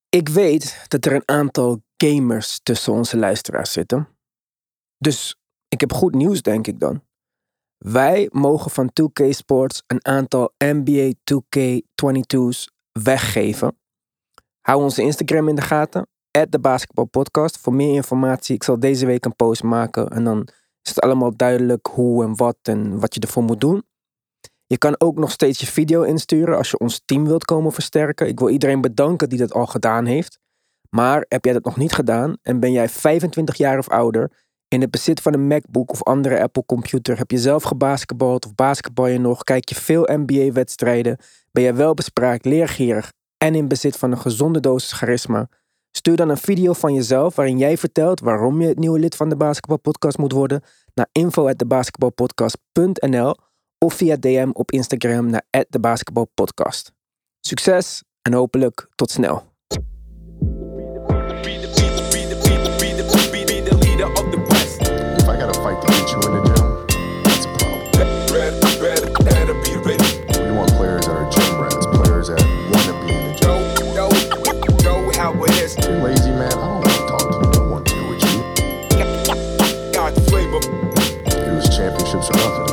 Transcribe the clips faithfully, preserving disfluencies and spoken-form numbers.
Ik weet dat er een aantal gamers tussen onze luisteraars zitten. Dus ik heb goed nieuws, denk ik dan. Wij mogen van two K Sports een aantal N B A two K twenty-two's weggeven. Hou onze Instagram in de gaten, at de basketbalpodcast, voor meer informatie. Ik zal deze week een post maken en dan is het allemaal duidelijk hoe en wat en wat je ervoor moet doen. Je kan ook nog steeds je video insturen als je ons team wilt komen versterken. Ik wil iedereen bedanken die dat al gedaan heeft. Maar heb jij dat nog niet gedaan en ben jij vijfentwintig jaar of ouder, in het bezit van een MacBook of andere Apple computer, heb je zelf gebasketbald of basketbal je nog, kijk je veel N B A-wedstrijden, ben jij welbespraakt, leergierig en in bezit van een gezonde dosis charisma, stuur dan een video van jezelf waarin jij vertelt waarom je het nieuwe lid van de Basketbalpodcast moet worden naar info at de basketbalpodcast punt n l of via D M op Instagram naar at de basketbalpodcast. Succes en hopelijk tot snel. If I gotta fight to get you in the gym, that's a problem. We want players that are gym rats, players that want to be in the gym. You're lazy, man. I don't want to talk to you. I don't want to deal with you. It was championships or nothing.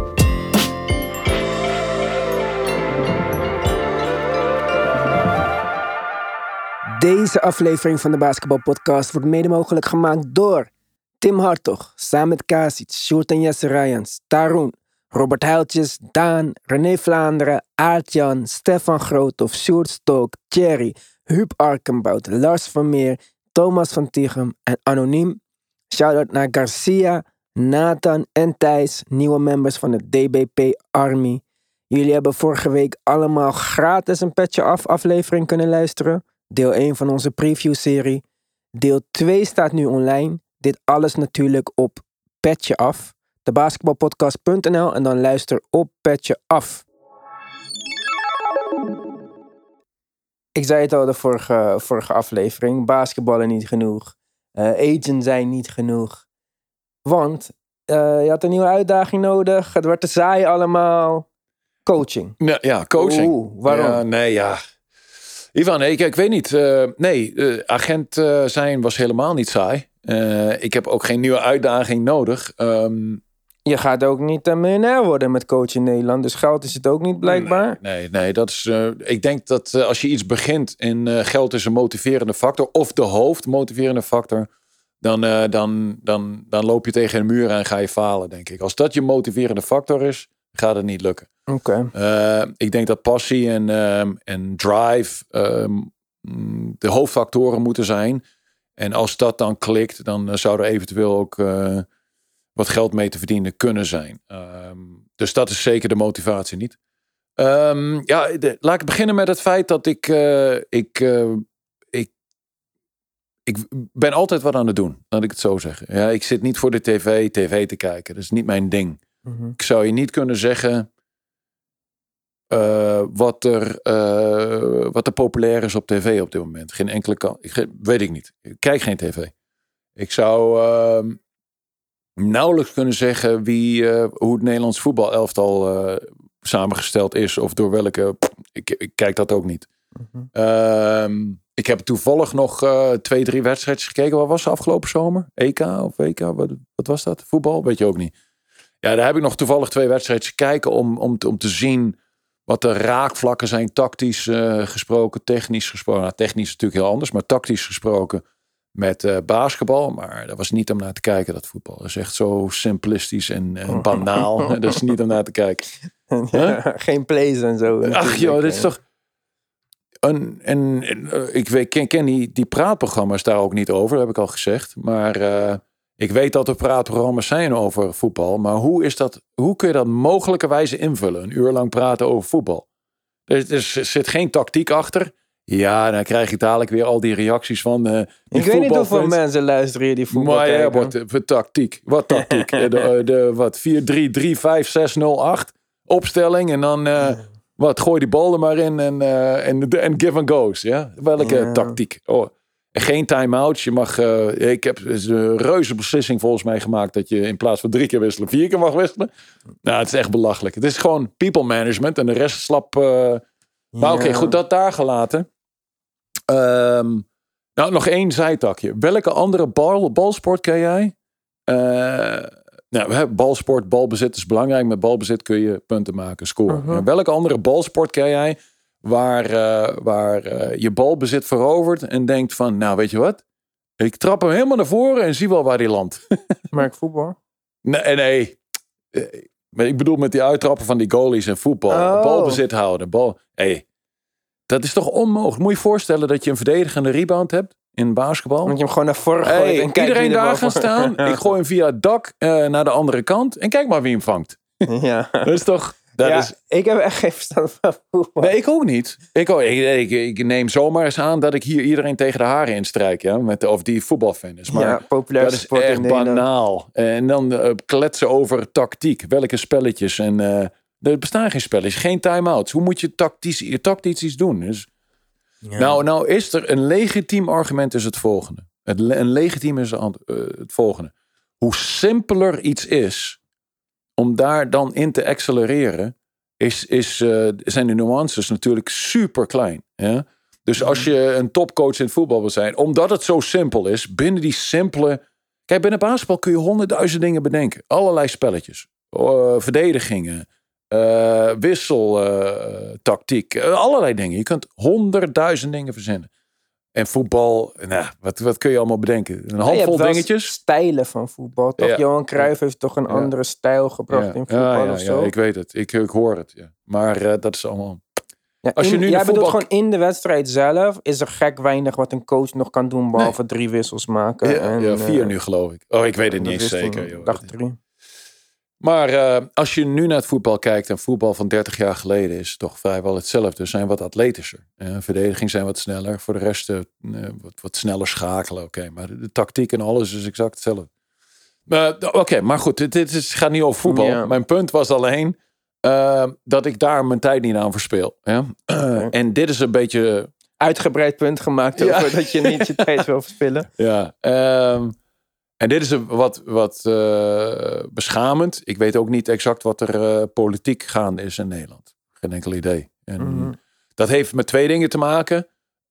Deze aflevering van de Basketbalpodcast wordt mede mogelijk gemaakt door Tim Hartog, samen met Kasic, Sjoerd en Jesse Rijans, Tarun, Robert Heiltjes, Daan, René Vlaanderen, Aartjan, Stefan Groothoff, Sjoerd Stolk, Thierry, Huub Arkenbout, Lars van Meer, Thomas van Tichem en Anoniem. Shoutout naar Garcia, Nathan en Thijs, nieuwe members van de D B P Army. Jullie hebben vorige week allemaal gratis een Petje Af aflevering kunnen luisteren. Deel één van onze preview-serie. Deel twee staat nu online. Dit alles natuurlijk op Petje Af. de basketbalpodcast punt n l en dan luister op Petje Af. Ik zei het al de vorige, vorige aflevering. Basketballen niet genoeg. Uh, agent zijn niet genoeg. Want uh, je had een nieuwe uitdaging nodig. Het werd te saai allemaal. Coaching. Ja, ja coaching. Oeh, waarom? Ja, nee, ja. Ivan, nee, ik, ik weet niet. Uh, nee, uh, agent uh, zijn was helemaal niet saai. Uh, ik heb ook geen nieuwe uitdaging nodig. Um, Je gaat ook niet een miljonair worden met coach in Nederland. Dus geld is het ook niet, blijkbaar. Nee, nee, nee dat is. Uh, ik denk dat uh, als je iets begint en uh, geld is een motiverende factor, of de hoofdmotiverende factor, dan, uh, dan, dan, dan loop je tegen een muur en ga je falen, denk ik. Als dat je motiverende factor is, gaat het niet lukken. Oké. Okay. Uh, ik denk dat passie en, um, en drive um, de hoofdfactoren moeten zijn. En als dat dan klikt, dan uh, zou er eventueel ook uh, wat geld mee te verdienen kunnen zijn. Um, dus dat is zeker de motivatie niet. Um, ja, de, laat ik beginnen met het feit dat ik, uh, ik, uh, ik, ik ben altijd wat aan het doen, laat ik het zo zeggen. Ja, ik zit niet voor de tv, tv te kijken. Dat is niet mijn ding. Mm-hmm. Ik zou je niet kunnen zeggen uh, wat, er, uh, wat er populair is op tv op dit moment. Geen enkele kant. Ik, weet ik niet. Ik kijk geen tv. Ik zou uh, nauwelijks kunnen zeggen wie, uh, hoe het Nederlands voetbalelftal uh, samengesteld is. Of door welke. Pff, ik, ik kijk dat ook niet. Mm-hmm. Uh, ik heb toevallig nog uh, twee, drie wedstrijdjes gekeken. Wat was de afgelopen zomer? E K of W K? Wat, wat was dat? Voetbal? Weet je ook niet. Ja, daar heb ik nog toevallig twee wedstrijdjes kijken om, om, om te zien wat de raakvlakken zijn, tactisch uh, gesproken, technisch gesproken. Nou, technisch is natuurlijk heel anders, maar tactisch gesproken met uh, basketbal. Maar dat was niet om naar te kijken, dat voetbal. Dat is echt zo simplistisch en, en banaal. Dat is niet om naar te kijken. Huh? Geen plays en zo. Ach joh, dit is toch. En, en, en uh, ik weet, ken, ken die, die praatprogramma's daar ook niet over, dat heb ik al gezegd. Maar uh, ik weet dat er praatprogramma's zijn over voetbal. Maar hoe, is dat, hoe kun je dat mogelijkerwijze invullen? Een uur lang praten over voetbal. Er, er zit geen tactiek achter. Ja, dan krijg je dadelijk weer al die reacties van uh, die ik weet niet hoeveel mensen luisteren hier die voetbal maar kijken. Ja, wat, wat tactiek. Wat tactiek? de, de, de wat vier drie drie vijf zes nul acht opstelling. En dan uh, wat, gooi die bal er maar in en, uh, en, en give and goes. Ja? Welke ja. tactiek? Oh. Geen time-outs. Je mag, uh, ik heb een reuze beslissing volgens mij gemaakt dat je in plaats van drie keer wisselen, vier keer mag wisselen. Nou, het is echt belachelijk. Het is gewoon people management en de rest slap. Uh... Ja. Maar oké, okay, goed, dat daar gelaten. Um, nou, nog één zijtakje. Welke andere bal, balsport ken jij? Uh, nou, balsport, balbezit is belangrijk. Met balbezit kun je punten maken, scoren. Uh-huh. Welke andere balsport ken jij waar, uh, waar uh, je balbezit verovert en denkt van, nou weet je wat? Ik trap hem helemaal naar voren en zie wel waar hij landt. Merk voetbal? Nee, nee. Ik bedoel met die uittrappen van die goalies en voetbal. Oh. Balbezit houden. Bal. Hey, dat is toch onmogelijk? Moet je je voorstellen dat je een verdedigende rebound hebt in basketbal? Moet je hem gewoon naar voren gooien hey, en iedereen daar gaan staan. Ik gooi hem via het dak uh, naar de andere kant. En kijk maar wie hem vangt. Ja. Dat is toch... Dat ja, is... ik heb echt geen verstand van voetbal. Nee, ik ook niet. Ik, ook, ik, ik, ik neem zomaar eens aan dat ik hier iedereen tegen de haren instrijk. Ja, met, of die voetbalfan is. Maar ja, populair dat is echt banaal. En dan uh, kletsen over tactiek. Welke spelletjes. En uh, er bestaan geen spelletjes. Geen time-outs. Hoe moet je tactisch, tactisch iets doen? Dus, ja. nou, nou is er een legitiem argument is het volgende. Het, een legitiem is uh, het volgende. Hoe simpeler iets is om daar dan in te accelereren, is, is, uh, zijn de nuances natuurlijk super klein. Ja? Dus als je een topcoach in het voetbal wil zijn, omdat het zo simpel is, binnen die simpele... Kijk, binnen basketbal kun je honderdduizend dingen bedenken. Allerlei spelletjes. Uh, verdedigingen. Uh, wisseltactiek. Uh, uh, allerlei dingen. Je kunt honderdduizend dingen verzinnen. En voetbal, nou, wat, wat kun je allemaal bedenken? Een handvol ja, dingetjes. Stijlen van voetbal, toch? Ja. Johan Cruijff heeft toch een ja. andere stijl gebracht ja. in voetbal ja, ja, of zo? Ja, ik weet het. Ik, ik hoor het. Ja. Maar uh, dat is allemaal... Ja, Als je in, nu jij voetbal... bedoelt gewoon in de wedstrijd zelf is er gek weinig wat een coach nog kan doen, behalve nee. drie wissels maken. Ja, en, ja vier uh, nu geloof ik. Oh, ik weet het niet eens zeker. Joh. Dag drie. Maar uh, als je nu naar het voetbal kijkt en voetbal van dertig jaar geleden is toch vrijwel hetzelfde. Zijn wat atletischer. Uh, verdediging zijn wat sneller. Voor de rest uh, wat, wat sneller schakelen. Oké, okay. Maar de, de tactiek en alles is exact hetzelfde. Uh, Oké, okay, maar goed. Dit, dit is, gaat niet over voetbal. Ja. Mijn punt was alleen uh, dat ik daar mijn tijd niet aan verspeel. Ja? Okay. En dit is een beetje... Uitgebreid punt gemaakt over ja. dat je niet je tijd wil verspillen. Ja, um, en dit is wat, wat uh, beschamend. Ik weet ook niet exact wat er uh, politiek gaande is in Nederland. Geen enkel idee. En mm-hmm. dat heeft met twee dingen te maken.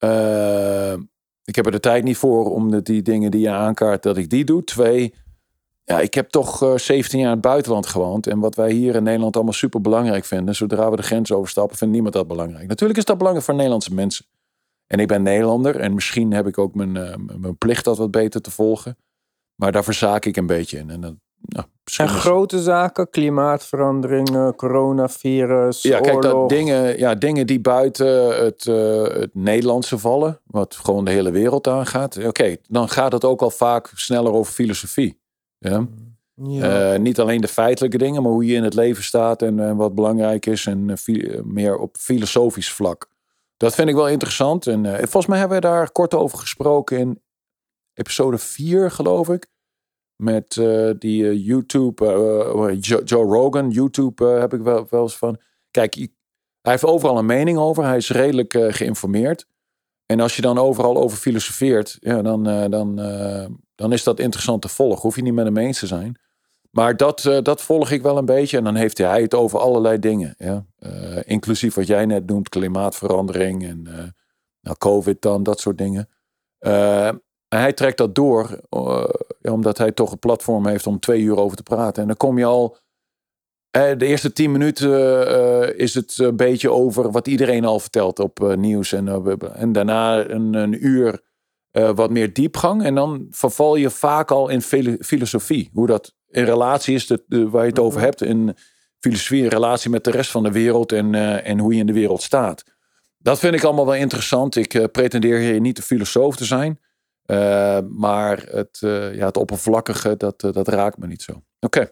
Uh, ik heb er de tijd niet voor om de, die dingen die je aankaart, dat ik die doe. Twee, ja, ik heb toch uh, zeventien jaar in het buitenland gewoond. En wat wij hier in Nederland allemaal super belangrijk vinden, zodra we de grens overstappen, vindt niemand dat belangrijk. Natuurlijk is dat belangrijk voor Nederlandse mensen. En ik ben Nederlander en misschien heb ik ook mijn, uh, mijn plicht dat wat beter te volgen. Maar daar verzaak ik een beetje in. En, uh, nou, en grote zaken, klimaatverandering, coronavirus, ja, kijk, oorlog. Dat dingen, ja, dingen die buiten het, uh, het Nederlandse vallen, wat gewoon de hele wereld aangaat. Oké, okay, dan gaat het ook al vaak sneller over filosofie. Ja? Ja. Uh, niet alleen de feitelijke dingen, maar hoe je in het leven staat en uh, wat belangrijk is. En uh, fi- meer op filosofisch vlak. Dat vind ik wel interessant. En uh, volgens mij hebben we daar kort over gesproken in episode vier, geloof ik. Met uh, die uh, YouTube, uh, Joe, Joe Rogan, YouTube uh, heb ik wel, wel eens van. Kijk, hij heeft overal een mening over. Hij is redelijk uh, geïnformeerd. En als je dan overal over filosofeert, ja, dan, uh, dan, uh, dan is dat interessant te volgen. Hoef je niet met hem eens te zijn. Maar dat, uh, dat volg ik wel een beetje. En dan heeft hij het over allerlei dingen. Ja? Uh, inclusief wat jij net noemt, klimaatverandering en uh, nou, COVID dan, dat soort dingen. Uh, en hij trekt dat door, uh, ja, omdat hij toch een platform heeft om twee uur over te praten. En dan kom je al, uh, de eerste tien minuten uh, is het een beetje over wat iedereen al vertelt op uh, nieuws. En, uh, en daarna een, een uur uh, wat meer diepgang. En dan verval je vaak al in filosofie. Hoe dat in relatie is, de, de, waar je het over hebt. In filosofie in relatie met de rest van de wereld en, uh, en hoe je in de wereld staat. Dat vind ik allemaal wel interessant. Ik uh, pretendeer hier niet een filosoof te zijn. Uh, maar het, uh, ja, het oppervlakkige, dat, uh, dat raakt me niet zo. Oké. Okay.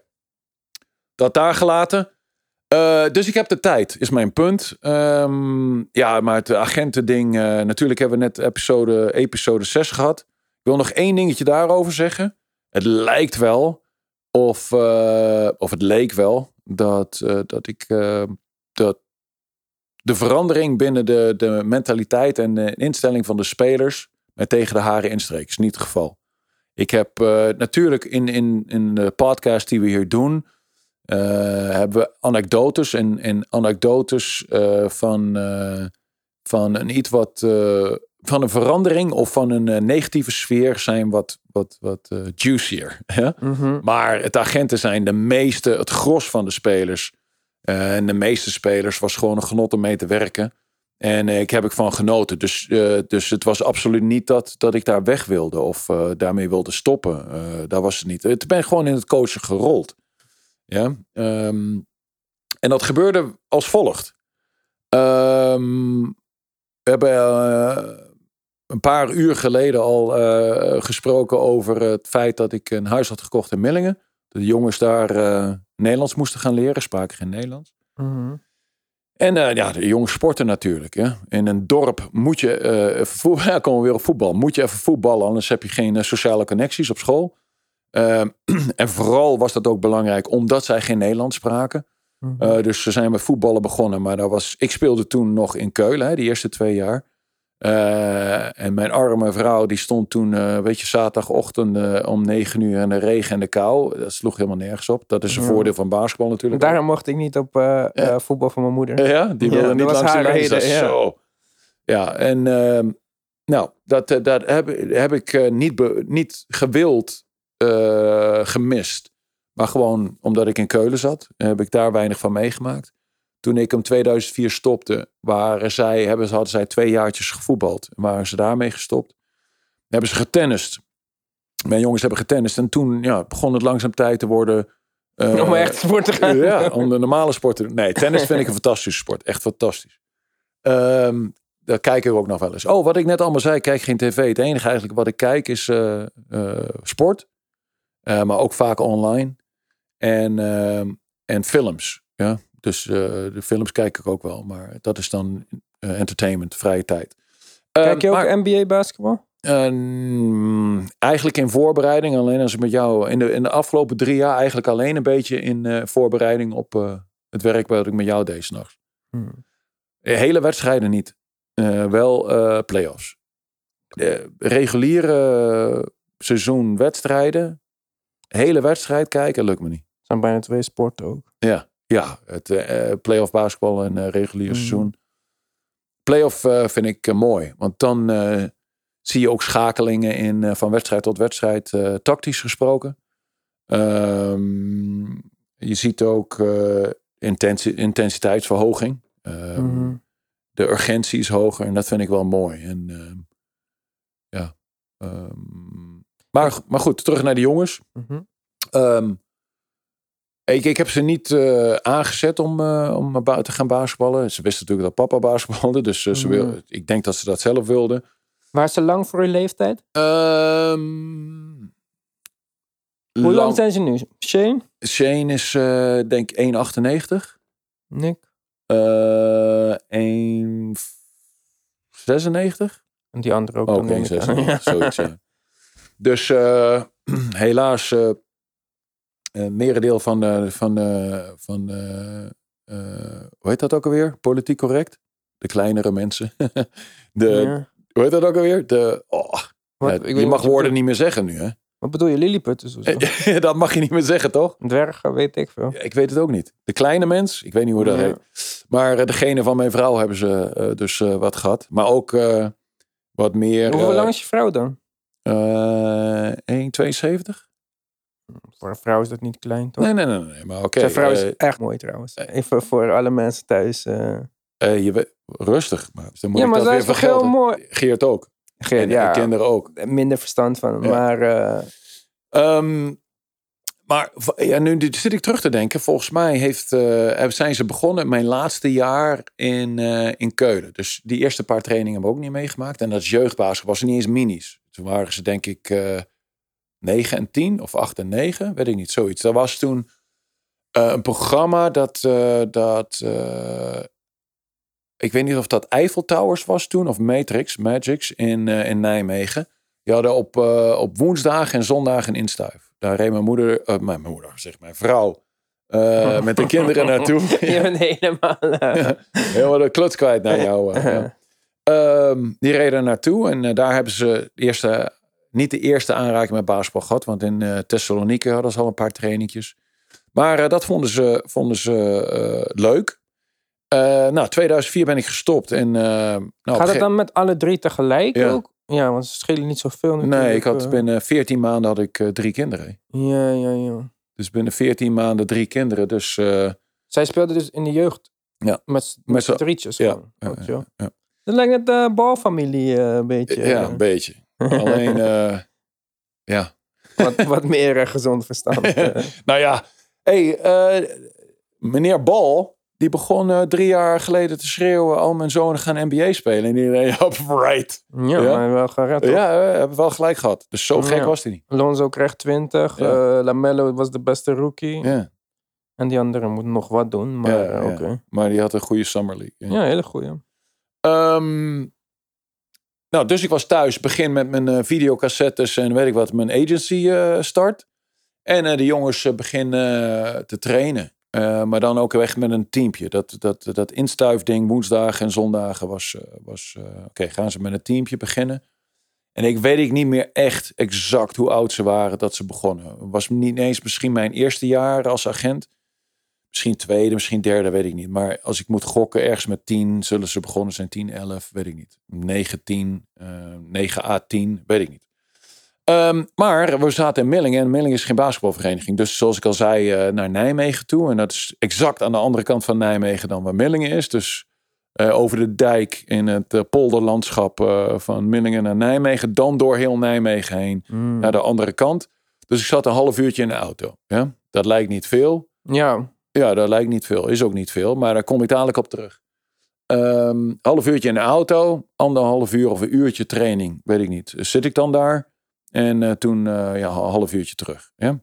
Dat daar gelaten. Uh, dus ik heb de tijd, is mijn punt. Um, ja, maar het agentending. Uh, natuurlijk hebben we net episode, episode zes gehad. Ik wil nog één dingetje daarover zeggen. Het lijkt wel, of, uh, of het leek wel, dat, uh, dat ik uh, dat de verandering binnen de, de mentaliteit en de instelling van de spelers met tegen de haren instreek. Is niet het geval. Ik heb uh, natuurlijk in, in, in de podcast die we hier doen, uh, hebben we anekdotes en, en anekdotes uh, van, uh, van een iets wat, uh, van een verandering of van een uh, negatieve sfeer zijn wat, wat, wat uh, juicier. Ja? Mm-hmm. Maar het agenten zijn de meeste, het gros van de spelers. Uh, en de meeste spelers was gewoon een genot om mee te werken. En uh, ik heb ik van genoten. Dus, uh, dus het was absoluut niet dat, dat ik daar weg wilde of uh, daarmee wilde stoppen. Uh, daar was het niet. Ik ben gewoon in het coachen gerold. Ja. Um, en dat gebeurde als volgt. Um, we hebben uh, een paar uur geleden al uh, gesproken over het feit dat ik een huis had gekocht in Millingen. De jongens daar uh, Nederlands moesten gaan leren. Spraken geen Nederlands. Mm-hmm. En uh, ja, de jongens sporten natuurlijk. Hè. In een dorp moet je, uh, vo- ja, komen we weer op voetbal. Moet je even voetballen, anders heb je geen uh, sociale connecties op school. Uh, en vooral was dat ook belangrijk, omdat zij geen Nederlands spraken. Mm-hmm. Uh, dus ze zijn met voetballen begonnen. Maar dat was, ik speelde toen nog in Keulen, hè, die eerste twee jaar. Uh, en mijn arme vrouw, die stond toen, uh, weet je, zaterdagochtend uh, om negen uur in de regen en de kou. Dat sloeg helemaal nergens op. Dat is een Ja. voordeel van basketbal natuurlijk. Daarom mocht ik niet op uh, Ja. uh, voetbal van mijn moeder. Ja, die wilde Ja, niet dat was langs de haar lijn. reden, ja. Zo. Ja, en uh, nou, dat, uh, dat heb, heb ik uh, niet, be, niet gewild uh, gemist. Maar gewoon omdat ik in Keulen zat, heb ik daar weinig van meegemaakt. Toen ik in tweeduizend vier stopte, waren zij, hebben, hadden zij twee jaartjes gevoetbald. En waren ze daarmee gestopt. Hebben ze getennist. Mijn jongens hebben getennist. En toen ja, begon het langzaam tijd te worden. Uh, om echt sport te gaan. Ja, om de normale sport te doen. Nee, tennis vind ik een fantastische sport. Echt fantastisch. Um, daar kijk ik ook nog wel eens. Oh, wat ik net allemaal zei, ik kijk geen tv. Het enige eigenlijk wat ik kijk is uh, uh, sport. Uh, maar ook vaak online. En, uh, en films. Ja. Dus uh, de films kijk ik ook wel. Maar dat is dan uh, entertainment, vrije tijd. Kijk je uh, ook maar, N B A basketbal? Uh, eigenlijk in voorbereiding. Alleen als ik met jou in de, in de afgelopen drie jaar eigenlijk alleen een beetje in uh, voorbereiding op uh, het werk wat ik met jou deed 's nachts. Hmm. Hele wedstrijden niet. Uh, wel uh, play-offs. De reguliere seizoen wedstrijden. Hele wedstrijd kijken lukt me niet. Het zijn bijna twee sporten ook. Ja, ja het uh, play-off basketbal en uh, reguliere Hmm. seizoen. Play-off uh, vind ik uh, mooi. Want dan uh, zie je ook schakelingen in uh, van wedstrijd tot wedstrijd. Uh, tactisch gesproken. Um, je ziet ook uh, intensi- intensiteitsverhoging. Um, Mm-hmm. De urgentie is hoger en dat vind ik wel mooi. En, uh, ja. Um, maar, maar goed, terug naar de jongens. Mm-hmm. Um, ik, ik heb ze niet uh, aangezet om, uh, om te gaan basketballen. Ze wisten natuurlijk dat papa basketbalde. Dus uh, ze wil, ik denk dat ze dat zelf wilden. Waren ze lang voor je leeftijd? Um, Hoe lang, lang zijn ze nu? Shane? Shane is uh, denk ik één komma achtennegentig. Nick? Uh, één komma zesennegentig. En die andere ook. Ook dan één neem komma ik aan. zesennegentig, zoiets, ja. Dus uh, helaas... Uh, Uh, merendeel van de, van de, van de, uh, hoe heet dat ook alweer? Politiek correct? De kleinere mensen. de, Ja. Hoe heet dat ook alweer? De, oh, Wat? ja, Ik weet je niet mag wat woorden je niet meer zeggen nu, hè? Wat bedoel je? Lilliputters of zo? Dat mag je niet meer zeggen, toch? Dwergen, weet ik veel. Ja, ik weet het ook niet. De kleine mens, ik weet niet hoe dat Ja. heet. Maar uh, degene van mijn vrouw hebben ze uh, dus uh, wat gehad. Maar ook uh, wat meer... Hoe uh, lang is je vrouw dan? Uh, één komma tweeënzeventig. Voor een vrouw is dat niet klein, toch? Nee, nee, nee. nee maar oké. Okay. Zijn vrouw is uh, echt mooi trouwens. Even voor alle mensen thuis. Uh... Uh, je weet, rustig, maar dan moet Ja, ik maar dat zij weer is toch heel vergelden. mooi. Geert ook. Geert, en ja. de kinderen ook. Minder verstand van. Ja. Maar, uh... um, maar ja, nu zit ik terug te denken. Volgens mij heeft, uh, zijn ze begonnen mijn laatste jaar in, uh, in Keulen. Dus die eerste paar trainingen hebben we ook niet meegemaakt. En dat is jeugdbasketbal, was niet eens minis. Toen waren ze denk ik uh, negen en tien of acht en negen. Weet ik niet, zoiets. Dat was toen uh, een programma dat... Uh, dat uh, ik weet niet of dat Eiffel Towers was toen. Of Matrix, Magix in, uh, in Nijmegen. Die hadden op, uh, op woensdagen en zondagen een instuif. Daar reed mijn moeder, uh, mijn moeder, zeg mijn vrouw, uh, met de kinderen naartoe. Je bent helemaal... Uh... Ja, helemaal de kluts kwijt naar jou. Uh, ja. um, die reden naartoe en uh, daar hebben ze de eerste, niet de eerste aanraking met basketbal gehad. Want in uh, Thessaloniki hadden ze al een paar trainingjes. Maar uh, dat vonden ze, vonden ze uh, leuk. Uh, nou, tweeduizend vier ben ik gestopt. En, uh, nou, Gaat het dan met alle drie tegelijk ja. ook? Ja, want ze schelen niet zoveel natuurlijk. Nee, ik had binnen veertien maanden had ik uh, drie kinderen. Ja, ja, ja. Dus binnen veertien maanden drie kinderen. Dus, uh, zij speelde dus in de jeugd? Ja. Met, met z'n drietjes? Ja. Ja, oh, ja, ja. Dat lijkt net de balfamilie uh, een beetje. Ja, een beetje. Alleen, uh, ja. Wat, wat meer uh, gezond verstand. Uh. Nou ja, hey, uh, meneer Bal... Die begon uh, drie jaar geleden te schreeuwen... al mijn zonen gaan N B A spelen. En iedereen, ja, right. Ja, ja, maar wel gered, toch? Ja, we hebben wel gelijk gehad. Dus zo gek ja. was hij niet. Lonzo kreeg twintig. Ja. Uh, LaMelo was de beste rookie. Ja. En die andere moet nog wat doen. Maar, ja, uh, okay. ja. maar die had een goede Summer League. Ja, ja hele goede. Um, nou, dus ik was thuis. Begin met mijn uh, videocassettes en weet ik wat. Mijn agency uh, start. En uh, de jongens uh, beginnen uh, te trainen. Uh, maar dan ook echt met een teampje. Dat, dat, dat instuifding woensdagen en zondagen was... Uh, was uh, Oké, okay, gaan ze met een teampje beginnen. En ik weet ik niet meer echt exact hoe oud ze waren dat ze begonnen. Het was niet eens misschien mijn eerste jaar als agent. Misschien tweede, misschien derde, weet ik niet. Maar als ik moet gokken, ergens met tien zullen ze begonnen zijn. tien, elf, weet ik niet. negen, tien, uh, negen à tien, weet ik niet. Um, maar we zaten in Millingen en Millingen is geen basketbalvereniging. Dus zoals ik al zei, uh, naar Nijmegen toe. En dat is exact aan de andere kant van Nijmegen dan waar Millingen is. Dus uh, over de dijk in het uh, polderlandschap uh, van Millingen naar Nijmegen. Dan door heel Nijmegen heen mm. naar de andere kant. Dus ik zat een half uurtje in de auto. Ja? Dat lijkt niet veel. Ja. Ja, dat lijkt niet veel. Is ook niet veel. Maar daar kom ik dadelijk op terug. Um, half uurtje in de auto. Anderhalf uur of een uurtje training. Weet ik niet. Dus zit ik dan daar. En uh, toen uh, ja, een half uurtje terug. Ja?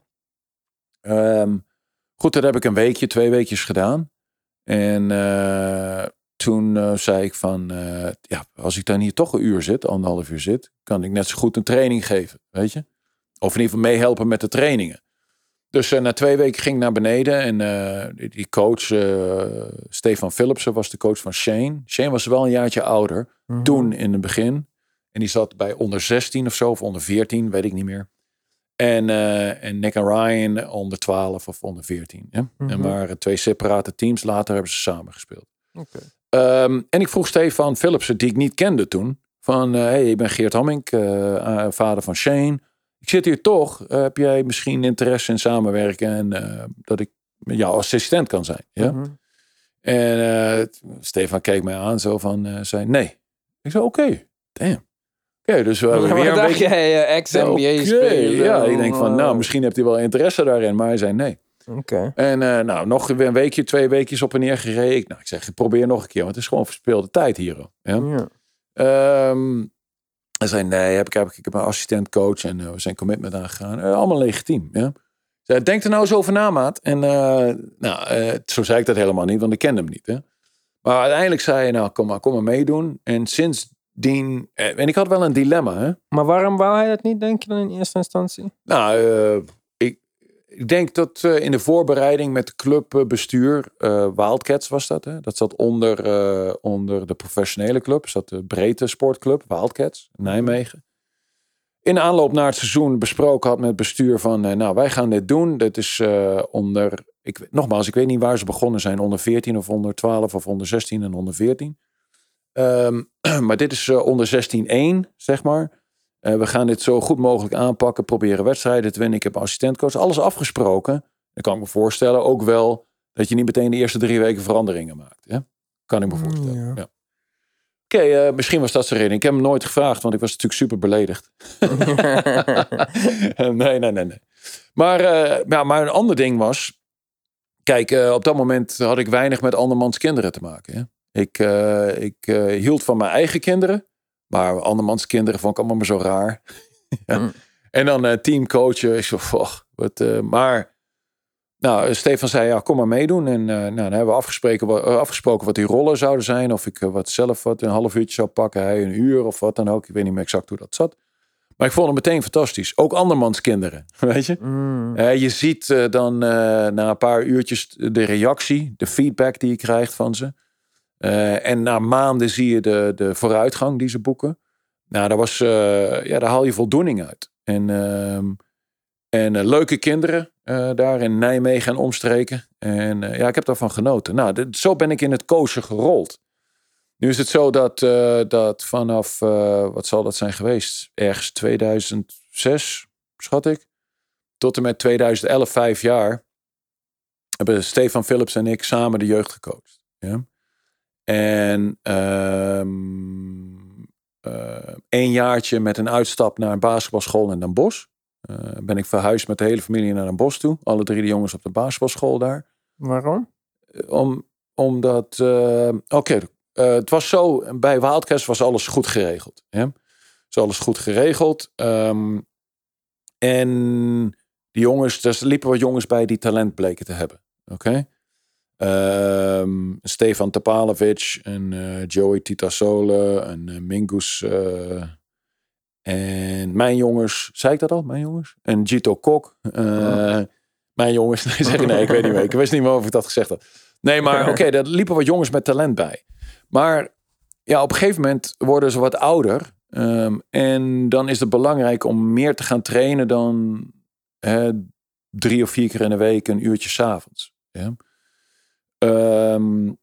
Um, goed, dat heb ik een weekje, twee weekjes gedaan. En uh, toen uh, zei ik van... Uh, ja, als ik dan hier toch een uur zit, anderhalf uur zit... kan ik net zo goed een training geven, weet je. Of in ieder geval meehelpen met de trainingen. Dus uh, na twee weken ging ik naar beneden. En uh, die coach, uh, Stefan Philipsen, was de coach van Shane. Shane was wel een jaartje ouder. Mm-hmm. Toen in het begin... En die zat bij onder zestien of zo, of onder veertien, weet ik niet meer. En, uh, en Nick en Ryan onder twaalf of onder veertien. Ja? Mm-hmm. En waren twee separate teams. Later hebben ze samen gespeeld. Okay. Um, en ik vroeg Stefan Philipsen, die ik niet kende toen. Van, uh, hey, ik ben Geert Hammink, uh, uh, vader van Shane. Ik zit hier toch. Uh, heb jij misschien interesse in samenwerken? En uh, dat ik jouw assistent kan zijn? Ja? Mm-hmm. En uh, Stefan keek mij aan zo van, uh, zei nee. Ik zei, oké, okay, damn. Oké, okay, dus we hebben ja, weer een dacht beetje... jij uh, ex-N B A okay, spelen? Ja, ik denk van, nou, misschien heeft hij wel interesse daarin. Maar hij zei nee. Oké. Okay. En uh, nou, nog een weekje, twee weekjes op en neer gereden. Ik, nou, ik zeg, probeer nog een keer, want het is gewoon verspilde tijd hier. Ja? Ja. Um, hij zei, nee, heb ik, heb ik, ik heb een assistent-coach en uh, we zijn commitment aangegaan. Uh, allemaal legitiem, ja. Zei, denk er nou eens over na, maat. En uh, nou, uh, zo zei ik dat helemaal niet, want ik kende hem niet. Hè? Maar uiteindelijk zei hij, nou, kom maar, kom maar meedoen. En sinds... Die, en ik had wel een dilemma, hè? Maar waarom wou hij dat niet, denk je dan in eerste instantie? Nou, uh, ik, ik denk dat uh, in de voorbereiding met de clubbestuur, uh, Wildcats was dat, hè? Dat zat onder, uh, onder de professionele club, zat de breedte sportclub, Wildcats, Nijmegen. In aanloop naar het seizoen besproken had met het bestuur van, uh, nou, wij gaan dit doen. Dat is uh, onder, ik, nogmaals, ik weet niet waar ze begonnen zijn, onder veertien of onder twaalf of onder zestien en onder veertien. Um, maar dit is uh, onder zestien één, zeg maar. Uh, we gaan dit zo goed mogelijk aanpakken. Proberen wedstrijden te winnen. Ik heb een assistentcoach. Alles afgesproken. Dan kan ik me voorstellen ook wel... dat je niet meteen de eerste drie weken veranderingen maakt. Ja? Kan ik me voorstellen. Ja. Ja. Oké, okay, uh, misschien was dat zijn reden. Ik heb hem nooit gevraagd, want ik was natuurlijk super beledigd. nee, nee, nee, nee. Maar, uh, ja, maar een ander ding was... Kijk, uh, op dat moment had ik weinig met andermans kinderen te maken. Hè? Ik, uh, ik uh, hield van mijn eigen kinderen. Maar andermans kinderen vond ik allemaal maar zo raar. ja. mm. En dan uh, teamcoachen. Ik zo, oh, wat, uh, maar nou, Stefan zei, ja, kom maar meedoen. En uh, nou, dan hebben we afgesproken wat, uh, afgesproken wat die rollen zouden zijn. Of ik uh, wat zelf wat een half uurtje zou pakken. Hij een uur of wat dan ook. Ik weet niet meer exact hoe dat zat. Maar ik vond het meteen fantastisch. Ook andermans kinderen, weet je. Mm. Uh, je ziet uh, dan uh, na een paar uurtjes de reactie. De feedback die je krijgt van ze. Uh, en na maanden zie je de, de vooruitgang die ze boeken. Nou, daar, was, uh, ja, daar haal je voldoening uit. En, uh, En uh, leuke kinderen uh, daar in Nijmegen en omstreken. En uh, ja, ik heb daarvan genoten. Nou, dit, zo ben ik in het coachen gerold. Nu is het zo dat, uh, dat vanaf, uh, wat zal dat zijn geweest? Ergens tweeduizend zes, schat ik. Tot en met tweeduizend elf, vijf jaar. Hebben Stefan Philips en ik samen de jeugd gecoacht. Ja? En um, uh, een jaartje met een uitstap naar een basketbalschool in Den Bosch. Uh, ben ik verhuisd met de hele familie naar Den Bosch toe. Alle drie de jongens op de basketbalschool daar. Waarom? Uh, om, omdat, uh, oké, okay, uh, het was zo, bij Wildcats was alles goed geregeld. Ja? Was alles goed geregeld. Um, en die jongens, er liepen wat jongens bij die talent bleken te hebben. Oké. Okay? Um, Stefan Topalovic en uh, Joey Titasole en uh, Mingus uh, en mijn jongens, zei ik dat al? Mijn jongens? En Gito Kok. Uh, oh. Mijn jongens, nee, zeg ik nee, ik weet niet meer. Ik wist niet meer of ik dat gezegd had. Nee, maar oké, okay, daar liepen wat jongens met talent bij. Maar ja, op een gegeven moment worden ze wat ouder. Um, en dan is het belangrijk om meer te gaan trainen dan hè, drie of vier keer in de week een uurtje 's avonds. Ja. Um,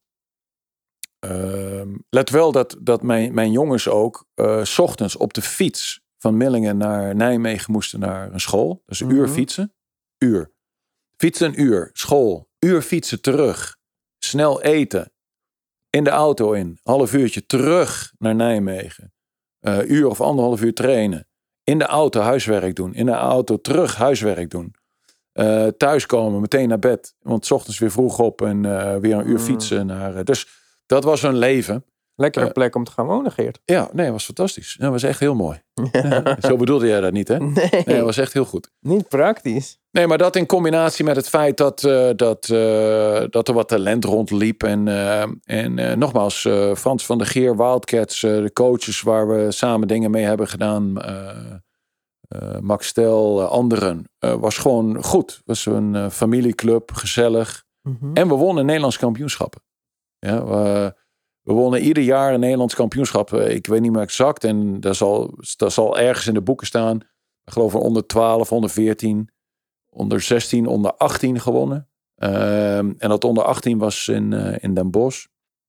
um, let wel dat, dat mijn, mijn jongens ook uh, 's ochtends op de fiets van Millingen naar Nijmegen moesten naar een school. Dus een mm-hmm. uur fietsen. Uur. Fietsen een uur. School. Uur fietsen terug. Snel eten. In de auto in. Half uurtje terug naar Nijmegen. Uh, uur of anderhalf uur trainen. In de auto huiswerk doen. In de auto terug huiswerk doen. Uh, thuiskomen, meteen naar bed. Want 's ochtends weer vroeg op en uh, weer een uur fietsen. Naar, uh, dus dat was hun leven. Lekkere uh, plek om te gaan wonen, Geert. Ja, nee, het was fantastisch. Dat was echt heel mooi. Ja, zo bedoelde jij dat niet, hè? Nee. Nee, dat was echt heel goed. Niet praktisch. Nee, maar dat in combinatie met het feit dat, uh, dat, uh, dat er wat talent rondliep. En, uh, en uh, nogmaals, uh, Frans van der Geer, Wildcats, uh, de coaches waar we samen dingen mee hebben gedaan. Uh, uh, Max Stel, uh, anderen. Uh, was gewoon goed. Het was een uh, familieclub, gezellig. Mm-hmm. En we wonnen Nederlands kampioenschappen. Ja, we, we wonnen ieder jaar een Nederlands kampioenschap. Ik weet niet meer exact. En dat zal, dat zal ergens in de boeken staan. Ik geloof onder twaalf, onder veertien, onder zestien, onder achttien gewonnen. Uh, en dat onder achttien was in, uh, in Den Bosch.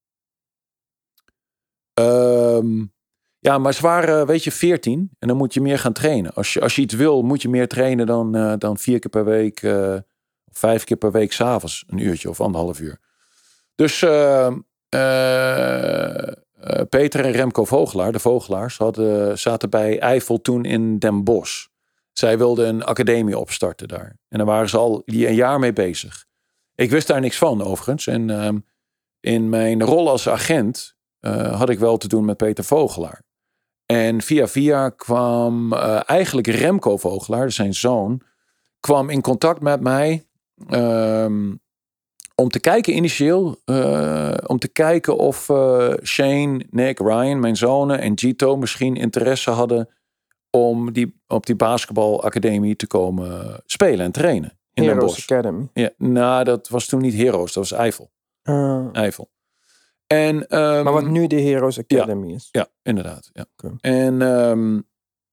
Um, ja, maar ze waren, weet je, veertien. En dan moet je meer gaan trainen. Als je, als je iets wil, moet je meer trainen dan, uh, dan vier keer per week. Uh, vijf keer per week 's avonds. Een uurtje of anderhalf uur. Dus uh, uh, uh, Peter en Remco Vogelaar, de Vogelaars, hadden, zaten bij Eiffel toen in Den Bosch. Zij wilden een academie opstarten daar. En daar waren ze al een jaar mee bezig. Ik wist daar niks van, overigens. En uh, in mijn rol als agent uh, had ik wel te doen met Peter Vogelaar. En via via kwam uh, eigenlijk Remco Vogelaar, zijn zoon, kwam in contact met mij um, om te kijken initieel, uh, om te kijken of uh, Shane, Nick, Ryan, mijn zonen en Gito misschien interesse hadden om die, op die basketbalacademie te komen spelen en trainen. In Heroes Academy. Ja, nou, dat was toen niet Heroes, dat was Eiffel. Uh. Eiffel. En, um, maar wat nu de Heroes Academy ja, is. Ja, inderdaad. Ja. Okay. En, um,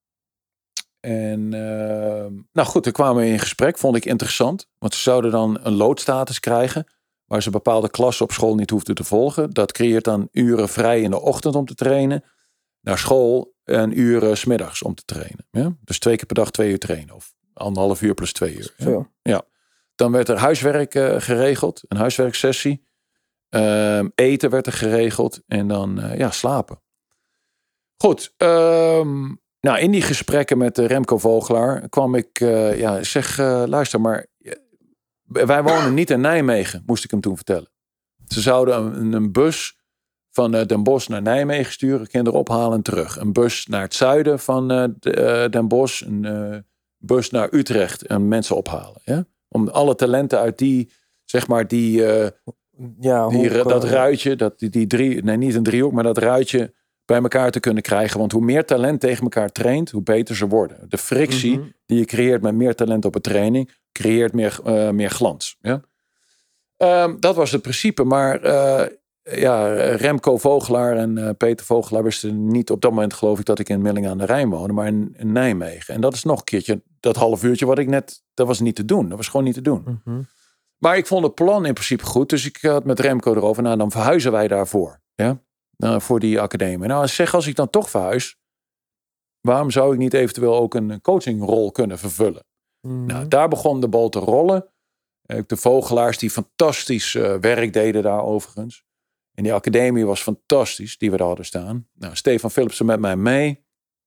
en uh, nou goed, we kwamen in gesprek, vond ik interessant. Want ze zouden dan een loodstatus krijgen, waar ze bepaalde klassen op school niet hoefden te volgen. Dat creëert dan uren vrij in de ochtend om te trainen. Naar school en uren 's middags om te trainen. Ja? Dus twee keer per dag twee uur trainen. Of anderhalf uur plus twee uur. Veel. Ja. Dan werd er huiswerk uh, geregeld. Een huiswerksessie. Uh, eten werd er geregeld. En dan uh, ja, slapen. Goed. Um, nou, in die gesprekken met de Remco Vogelaar kwam ik... Uh, ja, zeg, uh, luister maar. Wij wonen niet in Nijmegen, moest ik hem toen vertellen. Ze zouden een, een bus van uh, Den Bosch naar Nijmegen sturen. Kinderen ophalen en terug. Een bus naar het zuiden van uh, de, uh, Den Bosch. Een uh, bus naar Utrecht en mensen ophalen. Ja? Om alle talenten uit die, zeg maar, die... Uh, ja, die hoe, dat ruitje, dat, die, die drie, nee, niet een driehoek, maar dat ruitje bij elkaar te kunnen krijgen. Want hoe meer talent tegen elkaar traint, hoe beter ze worden. De frictie mm-hmm. die je creëert met meer talent op een training, creëert meer, uh, meer glans. Ja? Um, dat was het principe. Maar uh, ja, Remco Vogelaar en uh, Peter Vogelaar wisten niet op dat moment, geloof ik, dat ik in Millingen aan de Rijn woonde, maar in, in Nijmegen. En dat is nog een keertje, dat half uurtje wat ik net, dat was niet te doen. Dat was gewoon niet te doen. Mm-hmm. Maar ik vond het plan in principe goed. Dus ik had met Remco erover, nou dan verhuizen wij daarvoor. Ja? Nou, voor die academie. Nou, zeg, als ik dan toch verhuis, waarom zou ik niet eventueel ook een coachingrol kunnen vervullen? Mm-hmm. Nou, daar begon de bal te rollen. De Vogelaars die fantastisch uh, werk deden daar overigens. En die academie was fantastisch, die we daar hadden staan. Nou, Stefan Philipsen met mij mee.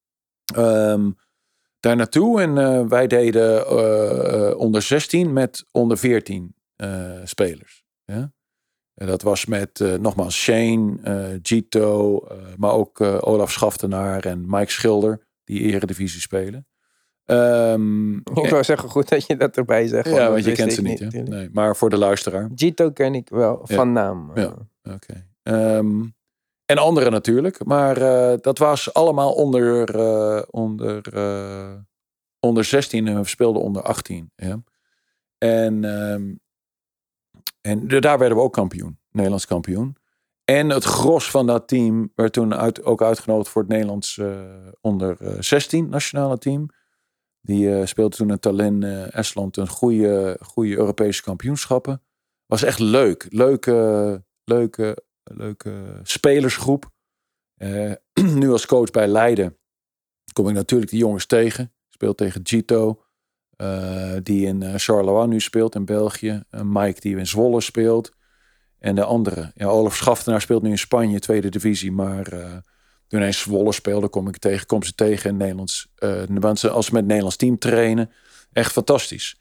Um, daar naartoe. En uh, wij deden uh, uh, onder zestien met onder veertien uh, spelers. Ja? En dat was met uh, nogmaals Shane, uh, Gito, uh, maar ook uh, Olaf Schaftenaar en Mike Schilder, die eredivisie spelen. Um, ik wou zeggen, goed dat je dat erbij zegt. Ja, want je kent ze niet. niet nee, maar voor de luisteraar. Gito ken ik wel, van ja. naam. Ja, oké. Okay. Um, en anderen natuurlijk. Maar uh, dat was allemaal onder, uh, onder, uh, onder zestien en we speelden onder achttien. Ja. En, um, en daar werden we ook kampioen. Nederlands kampioen. En het gros van dat team werd toen uit, ook uitgenodigd voor het Nederlands uh, onder uh, zestien nationale team. Die uh, speelde toen in Tallinn, uh, Estland, een goede, goede Europese kampioenschappen. Was echt leuk. Leuke, leuke, leuke spelersgroep. Uh, nu als coach bij Leiden kom ik natuurlijk die jongens tegen. Ik speel tegen Gito, uh, die in uh, Charleroi nu speelt in België. Uh, Mike die in Zwolle speelt. En de andere. Ja, Olaf Schaftenaar speelt nu in Spanje, tweede divisie, maar... Uh, Toen hij Zwolle speelde, kom ik tegen, kom ze tegen in Nederlands. Uh, als ze met het Nederlands team trainen. Echt fantastisch.